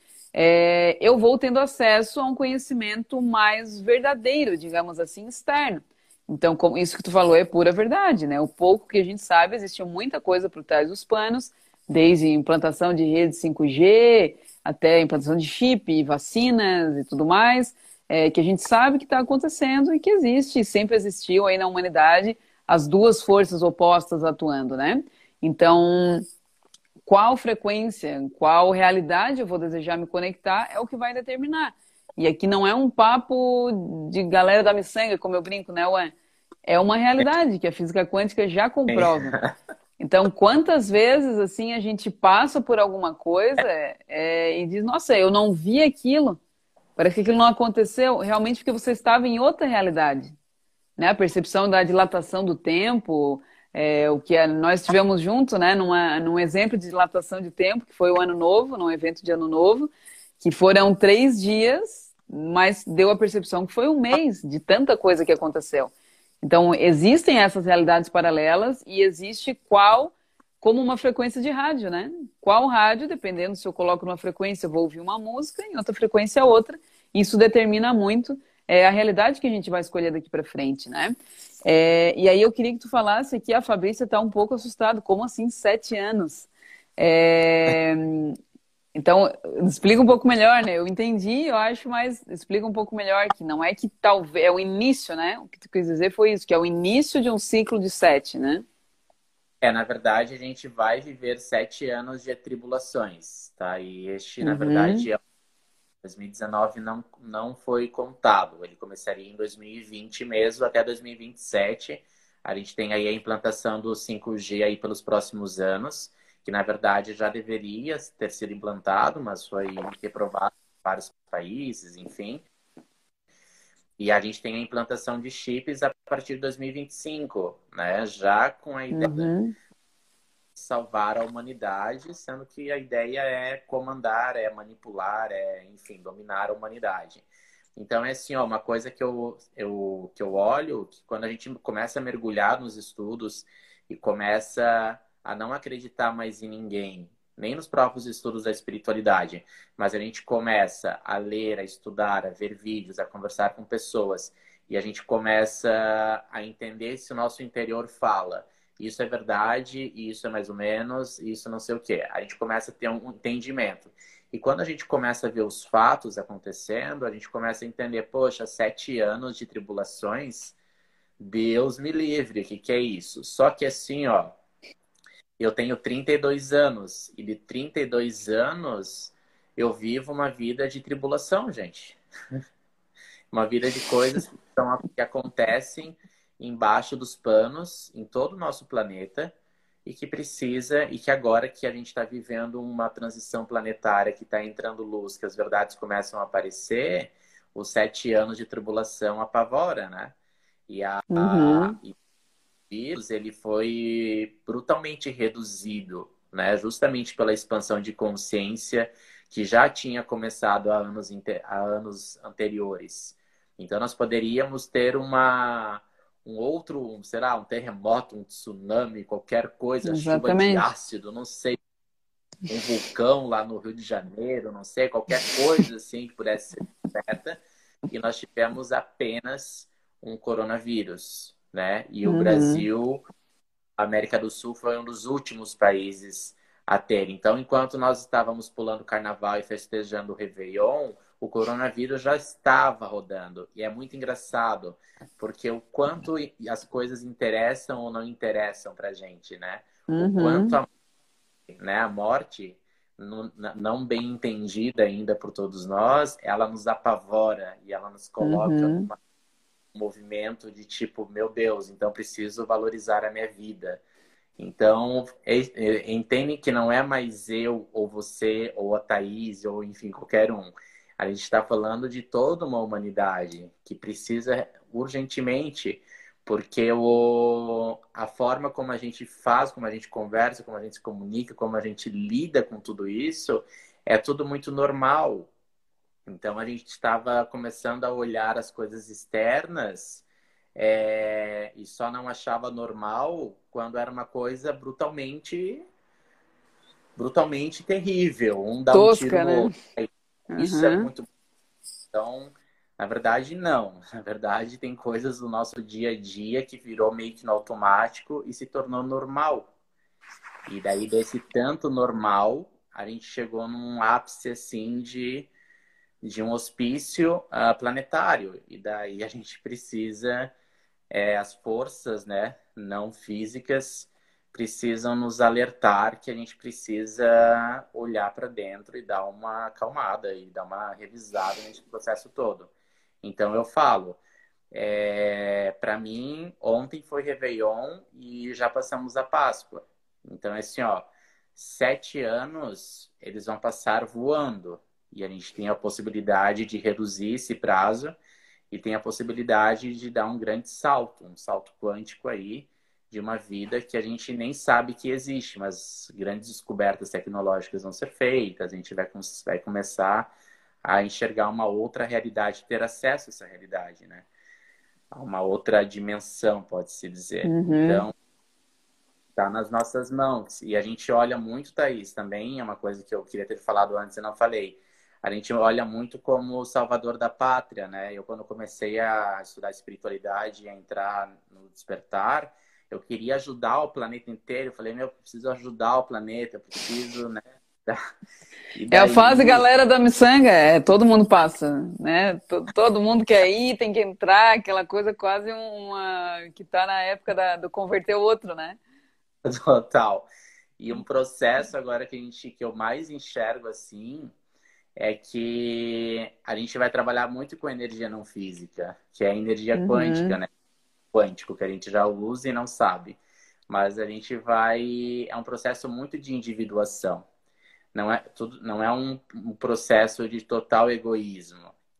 eu vou tendo acesso a um conhecimento mais verdadeiro, digamos assim, externo. Então, isso que tu falou é pura verdade, né? O pouco que a gente sabe, existe muita coisa por trás dos panos, desde implantação de rede 5G, até implantação de chip, vacinas e tudo mais, que a gente sabe que está acontecendo e que existe, e sempre existiu aí na humanidade, as duas forças opostas atuando, né? Então, qual frequência, qual realidade eu vou desejar me conectar é o que vai determinar. E aqui não é um papo de galera da miçanga, como eu brinco, né, Ué? É uma realidade que a física quântica já comprova. Então, quantas vezes assim a gente passa por alguma coisa e diz: nossa, eu não vi aquilo, parece que aquilo não aconteceu, realmente porque você estava em outra realidade, né? A percepção da dilatação do tempo, o que nós tivemos junto, né? Num exemplo de dilatação de tempo, que foi o Ano Novo, num evento de Ano Novo, que foram 3 dias, mas deu a percepção que foi um mês de tanta coisa que aconteceu. Então, existem essas realidades paralelas e existe como uma frequência de rádio, né? Qual rádio, dependendo se eu coloco numa frequência, eu vou ouvir uma música, em outra frequência, outra. Isso determina muito a realidade que a gente vai escolher daqui para frente, né? E aí eu queria que tu falasse aqui, a Fabrícia está um pouco assustada. Como assim 7 anos? Então, explica um pouco melhor, né? Eu entendi, eu acho, mas explica um pouco melhor que não é que talvez é o início, né? O que tu quis dizer foi isso, que é o início de um ciclo de 7, né? Na verdade, a gente vai viver 7 anos de atribulações, tá? E na Uhum. verdade, 2019 não foi contado. Ele começaria em 2020 mesmo, até 2027. A gente tem aí a implantação do 5G aí pelos próximos anos, que na verdade já deveria ter sido implantado, mas foi reprovado em vários países, enfim. E a gente tem a implantação de chips a partir de 2025, né? Já com a ideia de Uhum. salvar a humanidade, sendo que a ideia é comandar, é manipular, é, enfim, dominar a humanidade. Então, é assim, ó, uma coisa que eu olho, que quando a gente começa a mergulhar nos estudos e começa a não acreditar mais em ninguém, nem nos próprios estudos da espiritualidade, mas a gente começa a ler, a estudar, a ver vídeos, a conversar com pessoas, e a gente começa a entender se o nosso interior fala. Isso é verdade, isso é mais ou menos, isso não sei o quê. A gente começa a ter um entendimento. E quando a gente começa a ver os fatos acontecendo, a gente começa a entender, poxa, 7 anos de tribulações, Deus me livre, o que que é isso? Só que assim, ó, eu tenho 32 anos, e de 32 anos eu vivo uma vida de tribulação, gente. Uma vida de coisas que acontecem embaixo dos panos em todo o nosso planeta e que precisa, e que agora que a gente está vivendo uma transição planetária, que está entrando luz, que as verdades começam a aparecer, os 7 anos de tribulação apavora, né? Uhum. E o vírus, ele foi brutalmente reduzido, né? Justamente pela expansão de consciência que já tinha começado há anos anteriores. Então, nós poderíamos ter um outro, será, um terremoto, um tsunami, qualquer coisa, chuva de Exatamente. ácido, não sei, um vulcão lá no Rio de Janeiro, não sei, qualquer coisa assim que pudesse ser certa, e nós tivemos apenas um coronavírus, né? E o Uhum. Brasil, a América do Sul, foi um dos últimos países a ter. Então, enquanto nós estávamos pulando carnaval e festejando o Réveillon, o coronavírus já estava rodando. E é muito engraçado, porque o quanto as coisas interessam ou não interessam para a gente, né? O quanto Uhum. a morte, não bem entendida ainda por todos nós, ela nos apavora e ela nos coloca num Uhum. movimento de tipo, meu Deus, então preciso valorizar a minha vida. Então, entende que não é mais eu, ou você, ou a Thaís, ou enfim, qualquer um. A gente está falando de toda uma humanidade que precisa urgentemente, porque a forma como a gente faz, como a gente conversa, como a gente se comunica, como a gente lida com tudo isso, é tudo muito normal. Então, a gente estava começando a olhar as coisas externas e só não achava normal quando era uma coisa brutalmente terrível. Um dá um tiro Tosca, no né? outro. Isso é Uhum. muito. Então, na verdade, não. Na verdade, tem coisas do nosso dia a dia que virou meio que no automático e se tornou normal. E daí, desse tanto normal, a gente chegou num ápice assim de um hospício planetário. E daí a gente precisa as forças, né, não físicas precisam nos alertar que a gente precisa olhar para dentro e dar uma acalmada e dar uma revisada nesse processo todo. Então eu falo, para mim, ontem foi Réveillon e já passamos a Páscoa. Então, é assim, ó, 7 anos eles vão passar voando e a gente tem a possibilidade de reduzir esse prazo e tem a possibilidade de dar um grande salto, um salto quântico aí de uma vida que a gente nem sabe que existe, mas grandes descobertas tecnológicas vão ser feitas, a gente vai começar a enxergar uma outra realidade, ter acesso a essa realidade, né? A uma outra dimensão, pode-se dizer. Uhum. Então, está nas nossas mãos. E a gente olha muito, Thaís, também, é uma coisa que eu queria ter falado antes e não falei. A gente olha muito como o salvador da pátria, né? Eu, quando comecei a estudar espiritualidade e a entrar no despertar, eu queria ajudar o planeta inteiro. Eu falei, meu, eu preciso ajudar o planeta, eu preciso, né? E É a fase daí, galera da miçanga, todo mundo passa, né? Todo mundo quer ir, tem que entrar, aquela coisa quase uma que tá na época do converter o outro, né? total. E um processo agora que eu mais enxergo assim é que a gente vai trabalhar muito com energia não física, que é a energia quântica, Uhum. né? Quântico, que a gente já usa e não sabe. Mas a gente vai. É um processo muito de individuação. Não é um processo de total egoísmo,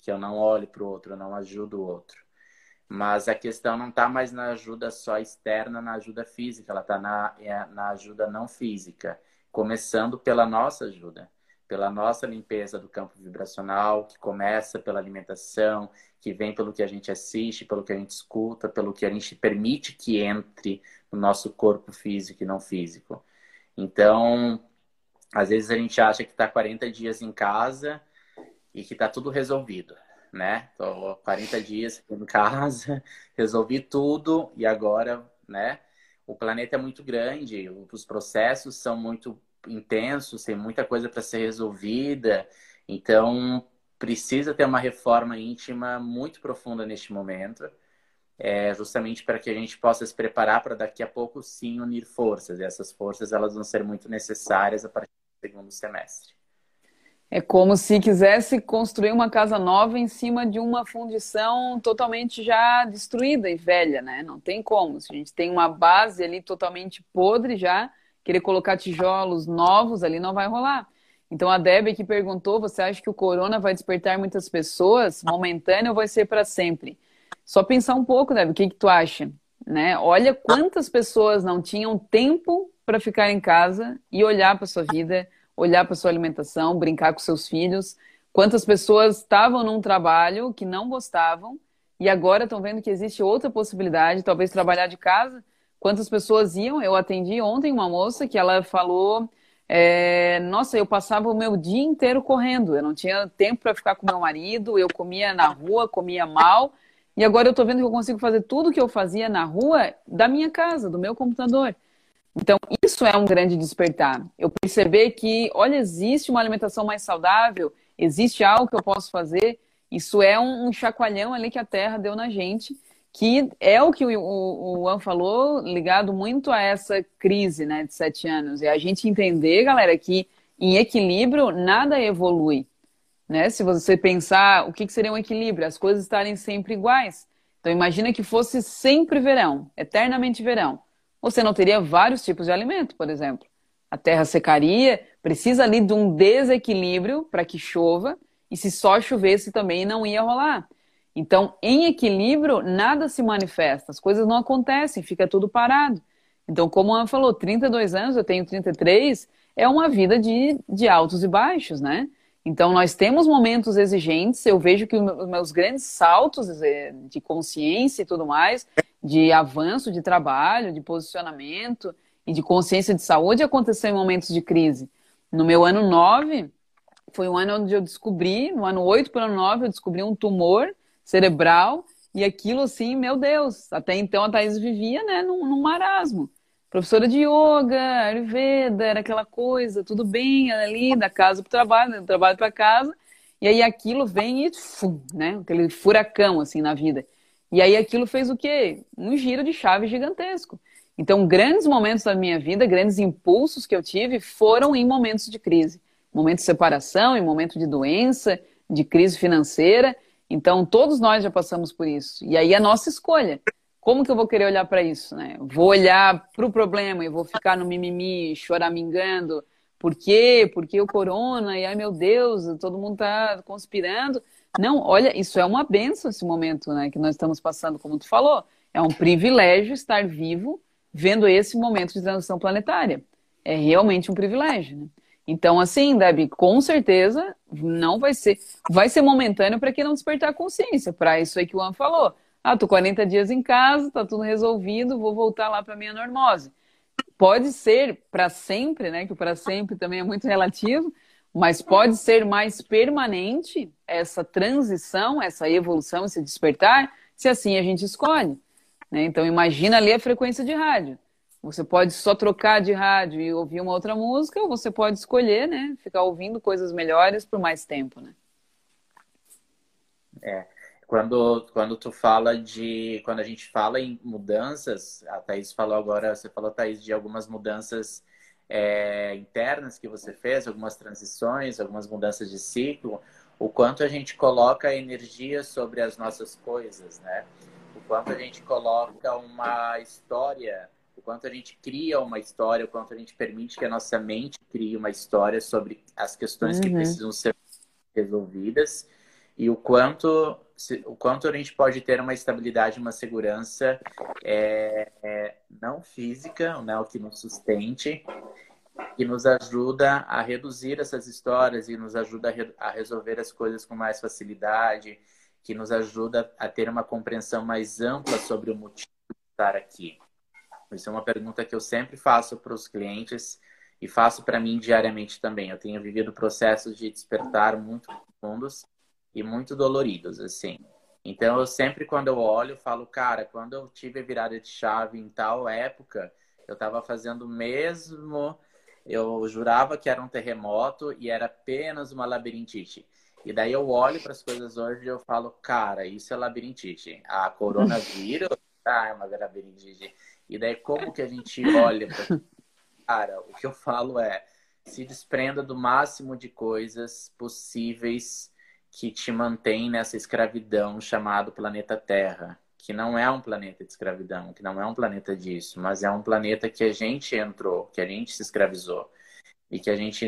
que eu não olho para o outro, eu não ajudo o outro. Mas a questão não está mais na ajuda só externa, na ajuda física, ela está na ajuda não física, começando pela nossa ajuda, pela nossa limpeza do campo vibracional, que começa pela alimentação, que vem pelo que a gente assiste, pelo que a gente escuta, pelo que a gente permite que entre no nosso corpo físico e não físico. Então, às vezes a gente acha que está 40 dias em casa e que está tudo resolvido, né? Tô 40 dias aqui em casa, resolvi tudo e agora, né? O planeta é muito grande, os processos são muito intensos, tem muita coisa para ser resolvida, então precisa ter uma reforma íntima muito profunda neste momento, justamente para que a gente possa se preparar para daqui a pouco sim unir forças. E essas forças elas vão ser muito necessárias a partir do segundo semestre. É como se quisesse construir uma casa nova em cima de uma fundição totalmente já destruída e velha, né? Não tem como. Se a gente tem uma base ali totalmente podre já, querer colocar tijolos novos ali não vai rolar. Então a Debbie que perguntou, você acha que o corona vai despertar muitas pessoas? Momentâneo ou vai ser para sempre? Só pensar um pouco, Debbie, o que que tu acha? Né? Olha quantas pessoas não tinham tempo para ficar em casa e olhar para sua vida, olhar para sua alimentação, brincar com seus filhos. Quantas pessoas estavam num trabalho que não gostavam e agora estão vendo que existe outra possibilidade, talvez trabalhar de casa. Quantas pessoas iam? Eu atendi ontem uma moça que ela falou, nossa, eu passava o meu dia inteiro correndo, eu não tinha tempo para ficar com meu marido, eu comia na rua, comia mal, e agora eu estou vendo que eu consigo fazer tudo que eu fazia na rua da minha casa, do meu computador. Então, isso é um grande despertar. Eu perceber que, olha, existe uma alimentação mais saudável, existe algo que eu posso fazer. Isso é um chacoalhão ali que a Terra deu na gente, que é o que o Juan falou, ligado muito a essa crise, né, de 7 anos. É a gente entender, galera, que em equilíbrio nada evolui, né? Se você pensar o que seria um equilíbrio, as coisas estarem sempre iguais. Então imagina que fosse sempre verão, eternamente verão. Você não teria vários tipos de alimento, por exemplo. A terra secaria, precisa ali de um desequilíbrio para que chova, e se só chovesse também não ia rolar. Então, em equilíbrio, nada se manifesta, as coisas não acontecem, fica tudo parado. Então, como a Ana falou, 32 anos, eu tenho 33, é uma vida de altos e baixos, né? Então, nós temos momentos exigentes. Eu vejo que os meus grandes saltos de consciência e tudo mais, de avanço de trabalho, de posicionamento e de consciência de saúde aconteceu em momentos de crise. No meu ano 9 foi um ano onde eu descobri, no ano 8 para o ano 9, eu descobri um tumor cerebral e aquilo assim, meu Deus, até então a Thaís vivia, né, num marasmo. Professora de yoga, Ayurveda, era aquela coisa, tudo bem, ali, da casa para o trabalho, do trabalho para casa, e aí aquilo vem e, né, aquele furacão, assim, na vida. E aí aquilo fez o quê? Um giro de chave gigantesco. Então, grandes momentos da minha vida, grandes impulsos que eu tive, foram em momentos de crise. Momento de separação, em momento de doença, de crise financeira. Então, todos nós já passamos por isso. E aí a nossa escolha. Como que eu vou querer olhar para isso, né? Vou olhar para o problema e vou ficar no mimimi, choramingando. Por quê? Porque o corona, e ai meu Deus, todo mundo está conspirando. Não, olha, isso é uma bênção esse momento, né, que nós estamos passando, como tu falou. É um privilégio estar vivo vendo esse momento de transição planetária. É realmente um privilégio, né? Então, assim, Debbie, com certeza não vai ser. Vai ser momentâneo para quem não despertar a consciência. Para isso aí que o Juan falou. Ah, tô 40 dias em casa, tá tudo resolvido, vou voltar lá para minha normose. Pode ser para sempre, né? Que o para sempre também é muito relativo, mas pode ser mais permanente essa transição, essa evolução, esse despertar, se assim a gente escolhe, né? Então imagina ali a frequência de rádio. Você pode só trocar de rádio e ouvir uma outra música, ou você pode escolher, né? Ficar ouvindo coisas melhores por mais tempo, né? Quando tu fala quando a gente fala em mudanças, a Thaís falou agora, você falou, Thaís, de algumas mudanças internas que você fez, algumas transições, algumas mudanças de ciclo, o quanto a gente coloca energia sobre as nossas coisas, né? O quanto a gente coloca uma história, o quanto a gente cria uma história, o quanto a gente permite que a nossa mente crie uma história sobre as questões que precisam ser resolvidas. e o quanto a gente pode ter uma estabilidade, uma segurança não física, né, o que nos sustente, que nos ajuda a reduzir essas histórias e nos ajuda a resolver as coisas com mais facilidade, que nos ajuda a ter uma compreensão mais ampla sobre o motivo de estar aqui. Isso é uma pergunta que eu sempre faço para os clientes e faço para mim diariamente também. Eu tenho vivido processos de despertar muito profundos e muito doloridos, assim. Então, eu sempre, quando eu olho, falo, cara, quando eu tive a virada de chave em tal época, eu estava fazendo o mesmo. Eu jurava que era um terremoto e era apenas uma labirintite. E daí eu olho para as coisas hoje e eu falo, cara, isso é labirintite. A coronavírus, é uma labirintite. E daí como que a gente olha para... Cara, o que eu falo é, se desprenda do máximo de coisas possíveis que te mantém nessa escravidão chamado planeta Terra, que não é um planeta de escravidão, que não é um planeta disso, mas é um planeta que a gente entrou, que a gente se escravizou e que a gente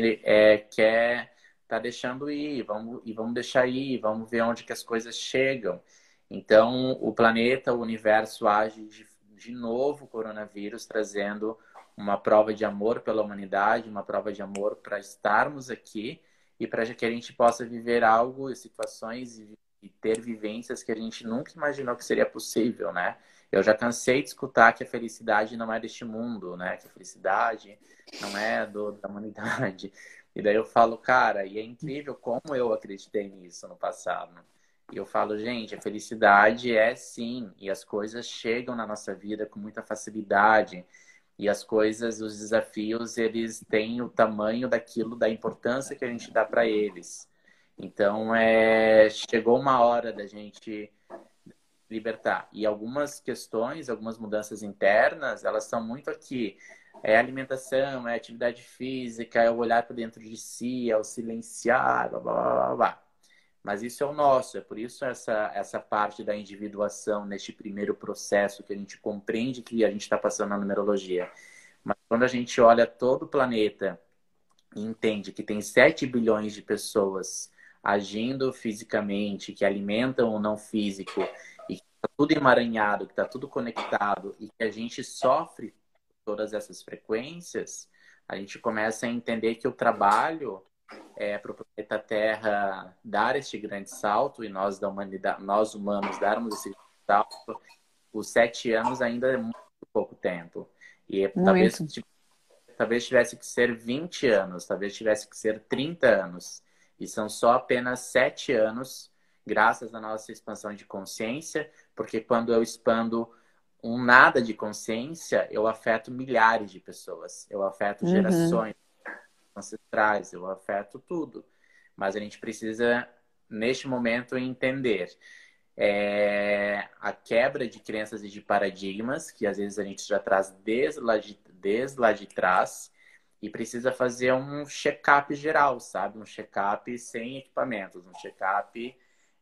quer tá deixando ir, vamos deixar ir, vamos ver onde que as coisas chegam. Então, o planeta, o universo age de novo o coronavírus, trazendo uma prova de amor pela humanidade, uma prova de amor para estarmos aqui e para que a gente possa viver algo, situações e ter vivências que a gente nunca imaginou que seria possível, né? Eu já cansei de escutar que a felicidade não é deste mundo, né? Que a felicidade não é da humanidade. E daí eu falo, cara, e é incrível como eu acreditei nisso no passado. E eu falo, gente, a felicidade é sim, e as coisas chegam na nossa vida com muita facilidade. E as coisas, os desafios, eles têm o tamanho daquilo, da importância que a gente dá para eles. Então, chegou uma hora da gente libertar. E algumas questões, algumas mudanças internas, elas são muito aqui. É alimentação, é atividade física, é o olhar para dentro de si, é o silenciar, blá, blá, blá, blá. Mas isso é o nosso, é por isso essa parte da individuação neste primeiro processo que a gente compreende que a gente está passando na numerologia. Mas quando a gente olha todo o planeta e entende que tem 7 bilhões de pessoas agindo fisicamente, que alimentam o não físico, e que está tudo emaranhado, que está tudo conectado, e que a gente sofre todas essas frequências, a gente começa a entender que o trabalho para o planeta Terra dar este grande salto e nós da humanidade, nós humanos darmos esse salto, os 7 anos ainda é muito pouco tempo. E talvez tivesse que ser 20 anos, talvez tivesse que ser 30 anos. E são só apenas 7 anos, graças à nossa expansão de consciência, porque quando eu expando um nada de consciência, eu afeto milhares de pessoas, eu afeto gerações ancestrais, eu afeto tudo. Mas a gente precisa, neste momento, entender a quebra de crenças e de paradigmas, que às vezes a gente já traz desde lá de trás, e precisa fazer um check-up geral, sabe? Um check-up sem equipamentos, um check-up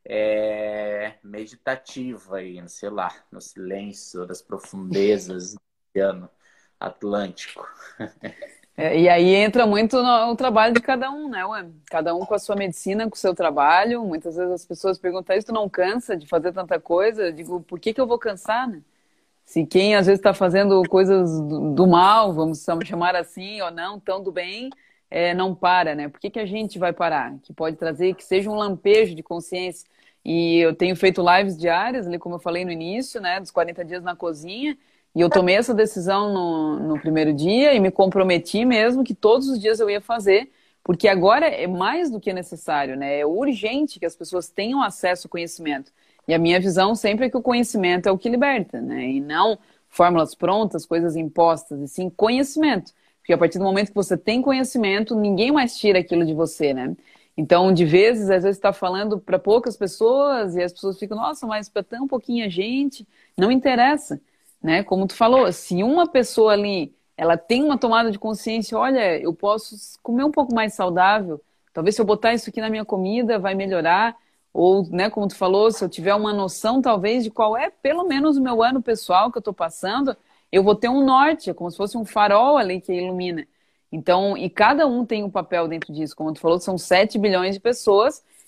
meditativo aí, sei lá, no silêncio das profundezas do Oceano Atlântico. E aí entra muito no trabalho de cada um, né, Ué? Cada um com a sua medicina, com o seu trabalho. Muitas vezes as pessoas perguntam isso, tu não cansa de fazer tanta coisa? Eu digo, por que eu vou cansar, né? Se quem às vezes está fazendo coisas do mal, vamos chamar assim, ou não, tão do bem, não para, né? Por que a gente vai parar? Que pode trazer, que seja um lampejo de consciência. E eu tenho feito lives diárias, ali como eu falei no início, né, dos 40 dias na cozinha, e eu tomei essa decisão no primeiro dia e me comprometi mesmo que todos os dias eu ia fazer, porque agora é mais do que necessário, né? É urgente que as pessoas tenham acesso ao conhecimento. E a minha visão sempre é que o conhecimento é o que liberta, né? E não fórmulas prontas, coisas impostas, e sim conhecimento. Porque a partir do momento que você tem conhecimento, ninguém mais tira aquilo de você, né? Então, de vezes, às vezes está falando para poucas pessoas e as pessoas ficam, nossa, mas para tão pouquinha gente, não interessa, né? Como tu falou, se uma pessoa ali, ela tem uma tomada de consciência, olha, eu posso comer um pouco mais saudável, talvez se eu botar isso aqui na minha comida vai melhorar, ou, né, como tu falou, se eu tiver uma noção, talvez, de qual é, pelo menos, o meu ano pessoal que eu estou passando, eu vou ter um norte, é como se fosse um farol ali que ilumina. Então, e cada um tem um papel dentro disso. Como tu falou, são 7 bilhões de pessoas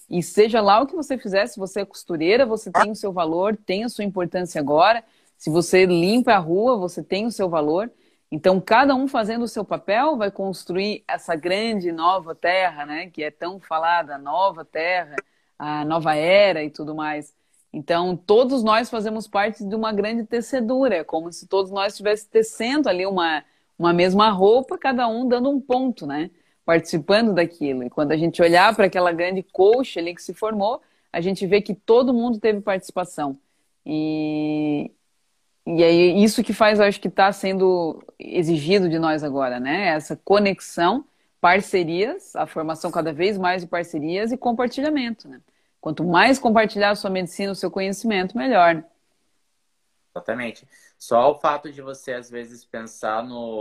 E seja lá o que você fizer, se você é costureira, você tem o seu valor, tem a sua importância agora. Se você limpa a rua, você tem o seu valor. Então, cada um fazendo o seu papel vai construir essa grande nova terra, né? Que é tão falada, a nova terra, a nova era e tudo mais. Então, todos nós fazemos parte de uma grande tecedura, é como se todos nós estivéssemos tecendo ali uma mesma roupa, cada um dando um ponto, né? Participando daquilo. E quando a gente olhar para aquela grande colcha ali que se formou, a gente vê que todo mundo teve participação. E, e aí, isso que faz, eu acho que está sendo exigido de nós agora, né? Essa conexão, parcerias, a formação cada vez mais de parcerias e compartilhamento, né? Quanto mais compartilhar a sua medicina, o seu conhecimento, melhor. Exatamente. Só o fato de você, às vezes, pensar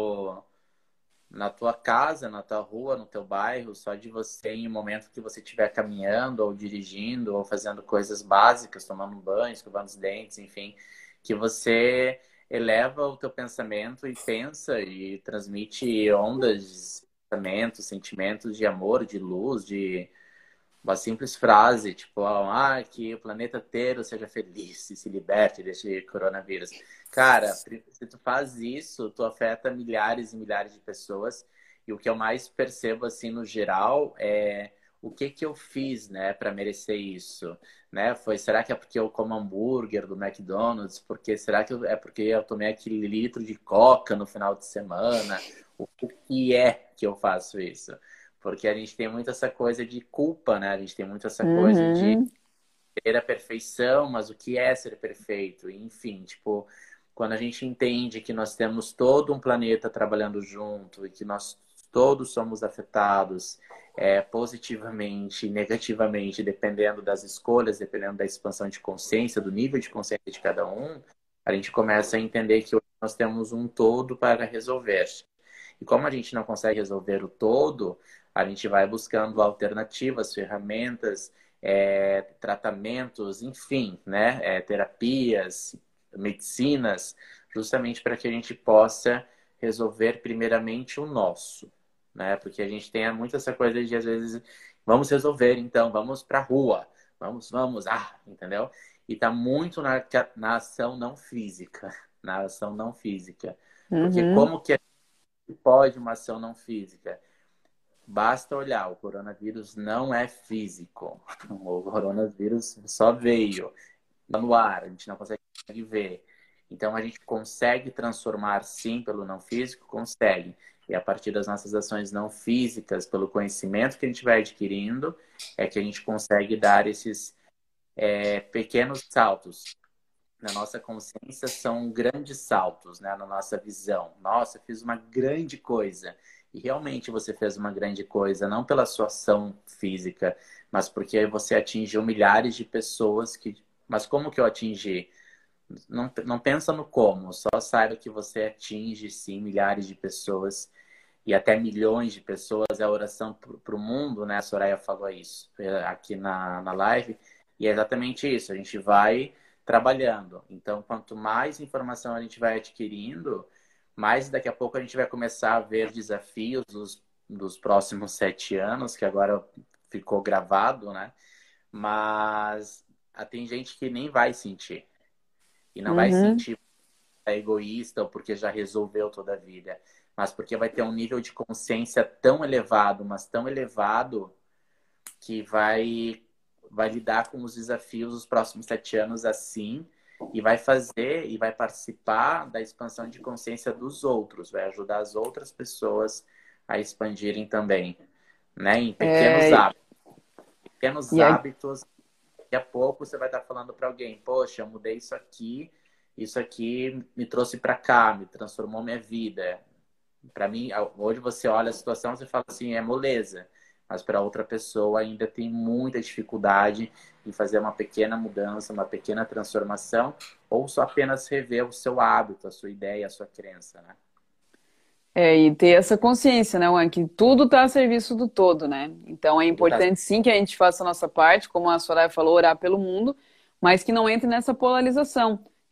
na tua casa, na tua rua, no teu bairro, só de você, em um momento que você estiver caminhando, ou dirigindo, ou fazendo coisas básicas, tomando um banho, escovando os dentes, enfim, que você eleva o teu pensamento e pensa e transmite ondas de pensamento, sentimentos de amor, de luz, de uma simples frase, tipo, que o planeta inteiro seja feliz e se liberte desse coronavírus. Cara, se tu faz isso, tu afeta milhares e milhares de pessoas. E o que eu mais percebo, assim, no geral, é o que que eu fiz, né, para merecer isso, né? Será que é porque eu como hambúrguer do McDonald's? Será que é porque eu tomei aquele litro de coca no final de semana? O que é que eu faço isso? Porque a gente tem muito essa coisa de culpa, né? A gente tem muito essa coisa de Uhum. querer a perfeição, mas o que é ser perfeito? Enfim, tipo, quando a gente entende que nós temos todo um planeta trabalhando junto e que nós todos somos afetados positivamente e negativamente, dependendo das escolhas, dependendo da expansão de consciência, do nível de consciência de cada um, a gente começa a entender que hoje nós temos um todo para resolver. E como a gente não consegue resolver o todo, a gente vai buscando alternativas, ferramentas, tratamentos, enfim, né? Terapias, medicinas, justamente para que a gente possa resolver primeiramente o nosso, né? Porque a gente tem muito essa coisa de, às vezes, vamos resolver, então, vamos para a rua, vamos, entendeu? E tá muito na ação não física, na ação não física. Porque Uhum. como que pode uma ação não física? Basta olhar, o coronavírus não é físico. O coronavírus só veio, tá no ar, a gente não consegue ver. Então a gente consegue transformar sim pelo não físico, consegue. E a partir das nossas ações não físicas, pelo conhecimento que a gente vai adquirindo, é que a gente consegue dar esses pequenos saltos. Na nossa consciência são grandes saltos, né? Na nossa visão. Nossa, eu fiz uma grande coisa. E realmente você fez uma grande coisa, não pela sua ação física, mas porque você atingiu milhares de pessoas que. Mas como que eu atingi? Não pensa no como, só saiba que você atinge sim milhares de pessoas e até milhões de pessoas. É a oração para o mundo, né? A Soraya falou isso aqui na live. E é exatamente isso. A gente vai trabalhando. Então, quanto mais informação a gente vai adquirindo, mais daqui a pouco a gente vai começar a ver desafios dos próximos 7 anos, que agora ficou gravado, né? Mas tem gente que nem vai sentir. E não vai Uhum. sentir porque é egoísta ou porque já resolveu toda a vida. Mas porque vai ter um nível de consciência tão elevado, mas tão elevado, que vai lidar com os desafios dos próximos 7 anos assim, e vai fazer e vai participar da expansão de consciência dos outros, vai ajudar as outras pessoas a expandirem também, né? Em É, pequenos e a- hábitos. Daqui a pouco você vai estar falando para alguém, poxa, eu mudei isso aqui me trouxe para cá, me transformou minha vida. Para mim, hoje você olha a situação e fala assim, é moleza. Mas para outra pessoa ainda tem muita dificuldade em fazer uma pequena mudança, uma pequena transformação, ou só apenas rever o seu hábito, a sua ideia, a sua crença, né? e ter essa consciência, né, Juan, que tudo está a serviço do todo, né? Então é Tudo tá. importante sim que a gente faça a nossa parte, como a Soraya falou, orar pelo mundo, mas que não entre nessa polarização.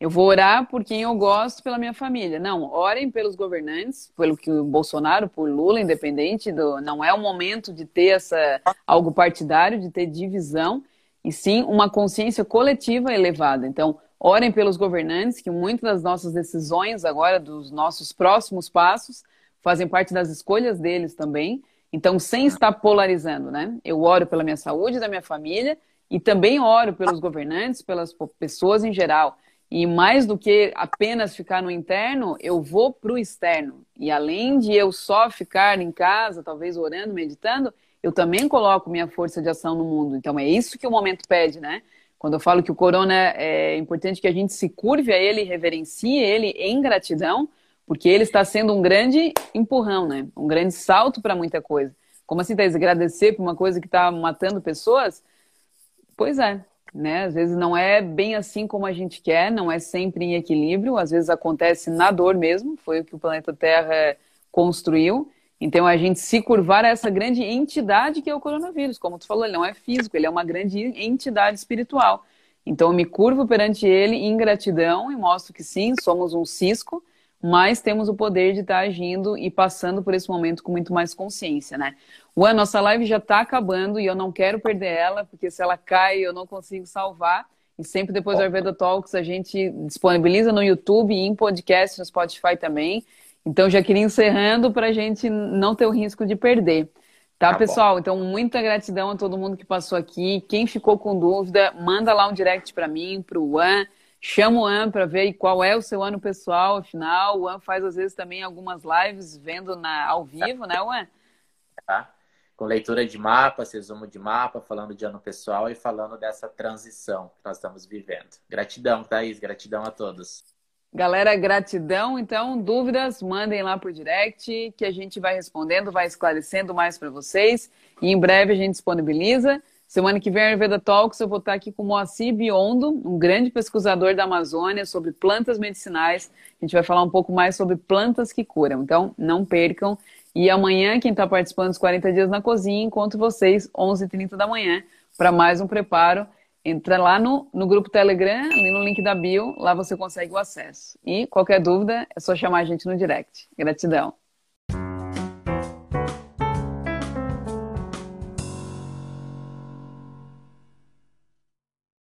eu vou orar por quem eu gosto, pela minha família. Não, orem pelos governantes, pelo que o Bolsonaro, por Lula, independente do, não é o momento de ter algo partidário, de ter divisão, e sim uma consciência coletiva elevada. Então, orem pelos governantes, que muitas das nossas decisões agora, dos nossos próximos passos, fazem parte das escolhas deles também. Então, sem estar polarizando, né? Eu oro pela minha saúde, da minha família, e também oro pelos governantes, pelas pessoas em geral. E mais do que apenas ficar no interno, eu vou para o externo. E além de eu só ficar em casa, talvez orando, meditando, eu também coloco minha força de ação no mundo. Então é isso que o momento pede, né? Quando eu falo que o corona é importante que a gente se curve a ele, reverencie ele em gratidão, porque ele está sendo um grande empurrão, né? Um grande salto para muita coisa. Como assim, Thaís? Agradecer por uma coisa que está matando pessoas? Pois é, né? Às vezes não é bem assim como a gente quer, não é sempre em equilíbrio, às vezes acontece na dor mesmo, foi o que o planeta Terra construiu. Então a gente se curvar a essa grande entidade que é o coronavírus, como tu falou, ele não é físico, ele é uma grande entidade espiritual. Então eu me curvo perante ele em gratidão e mostro que sim, somos um cisco, mas temos o poder de estar agindo e passando por esse momento com muito mais consciência, né? Juan, nossa live já está acabando e eu não quero perder ela, porque se ela cai eu não consigo salvar. E sempre depois do Ayurveda Talks a gente disponibiliza no YouTube e em podcast no Spotify também. Então já queria encerrando para a gente não ter o risco de perder. Tá, pessoal? Então muita gratidão a todo mundo que passou aqui. Quem ficou com dúvida, manda lá um direct para mim, para o Juan. Chama o Juan para ver qual é o seu ano pessoal, afinal. O Juan faz às vezes também algumas lives vendo ao vivo, né, Juan? Tá? Com leitura de mapa, resumo de mapa, falando de ano pessoal e falando dessa transição que nós estamos vivendo. Gratidão, Thaís, gratidão a todos. Galera, gratidão. Então, dúvidas, mandem lá por direct, que a gente vai respondendo, vai esclarecendo mais para vocês. E em breve a gente disponibiliza. Semana que vem, Ayurveda Talks, eu vou estar aqui com o Moacir Biondo, um grande pesquisador da Amazônia sobre plantas medicinais. A gente vai falar um pouco mais sobre plantas que curam. Então, não percam. E amanhã, quem está participando dos 40 Dias na Cozinha, encontro vocês 11h30 da manhã para mais um preparo. Entra lá no grupo Telegram, ali no link da bio, lá você consegue o acesso. E qualquer dúvida, é só chamar a gente no direct. Gratidão.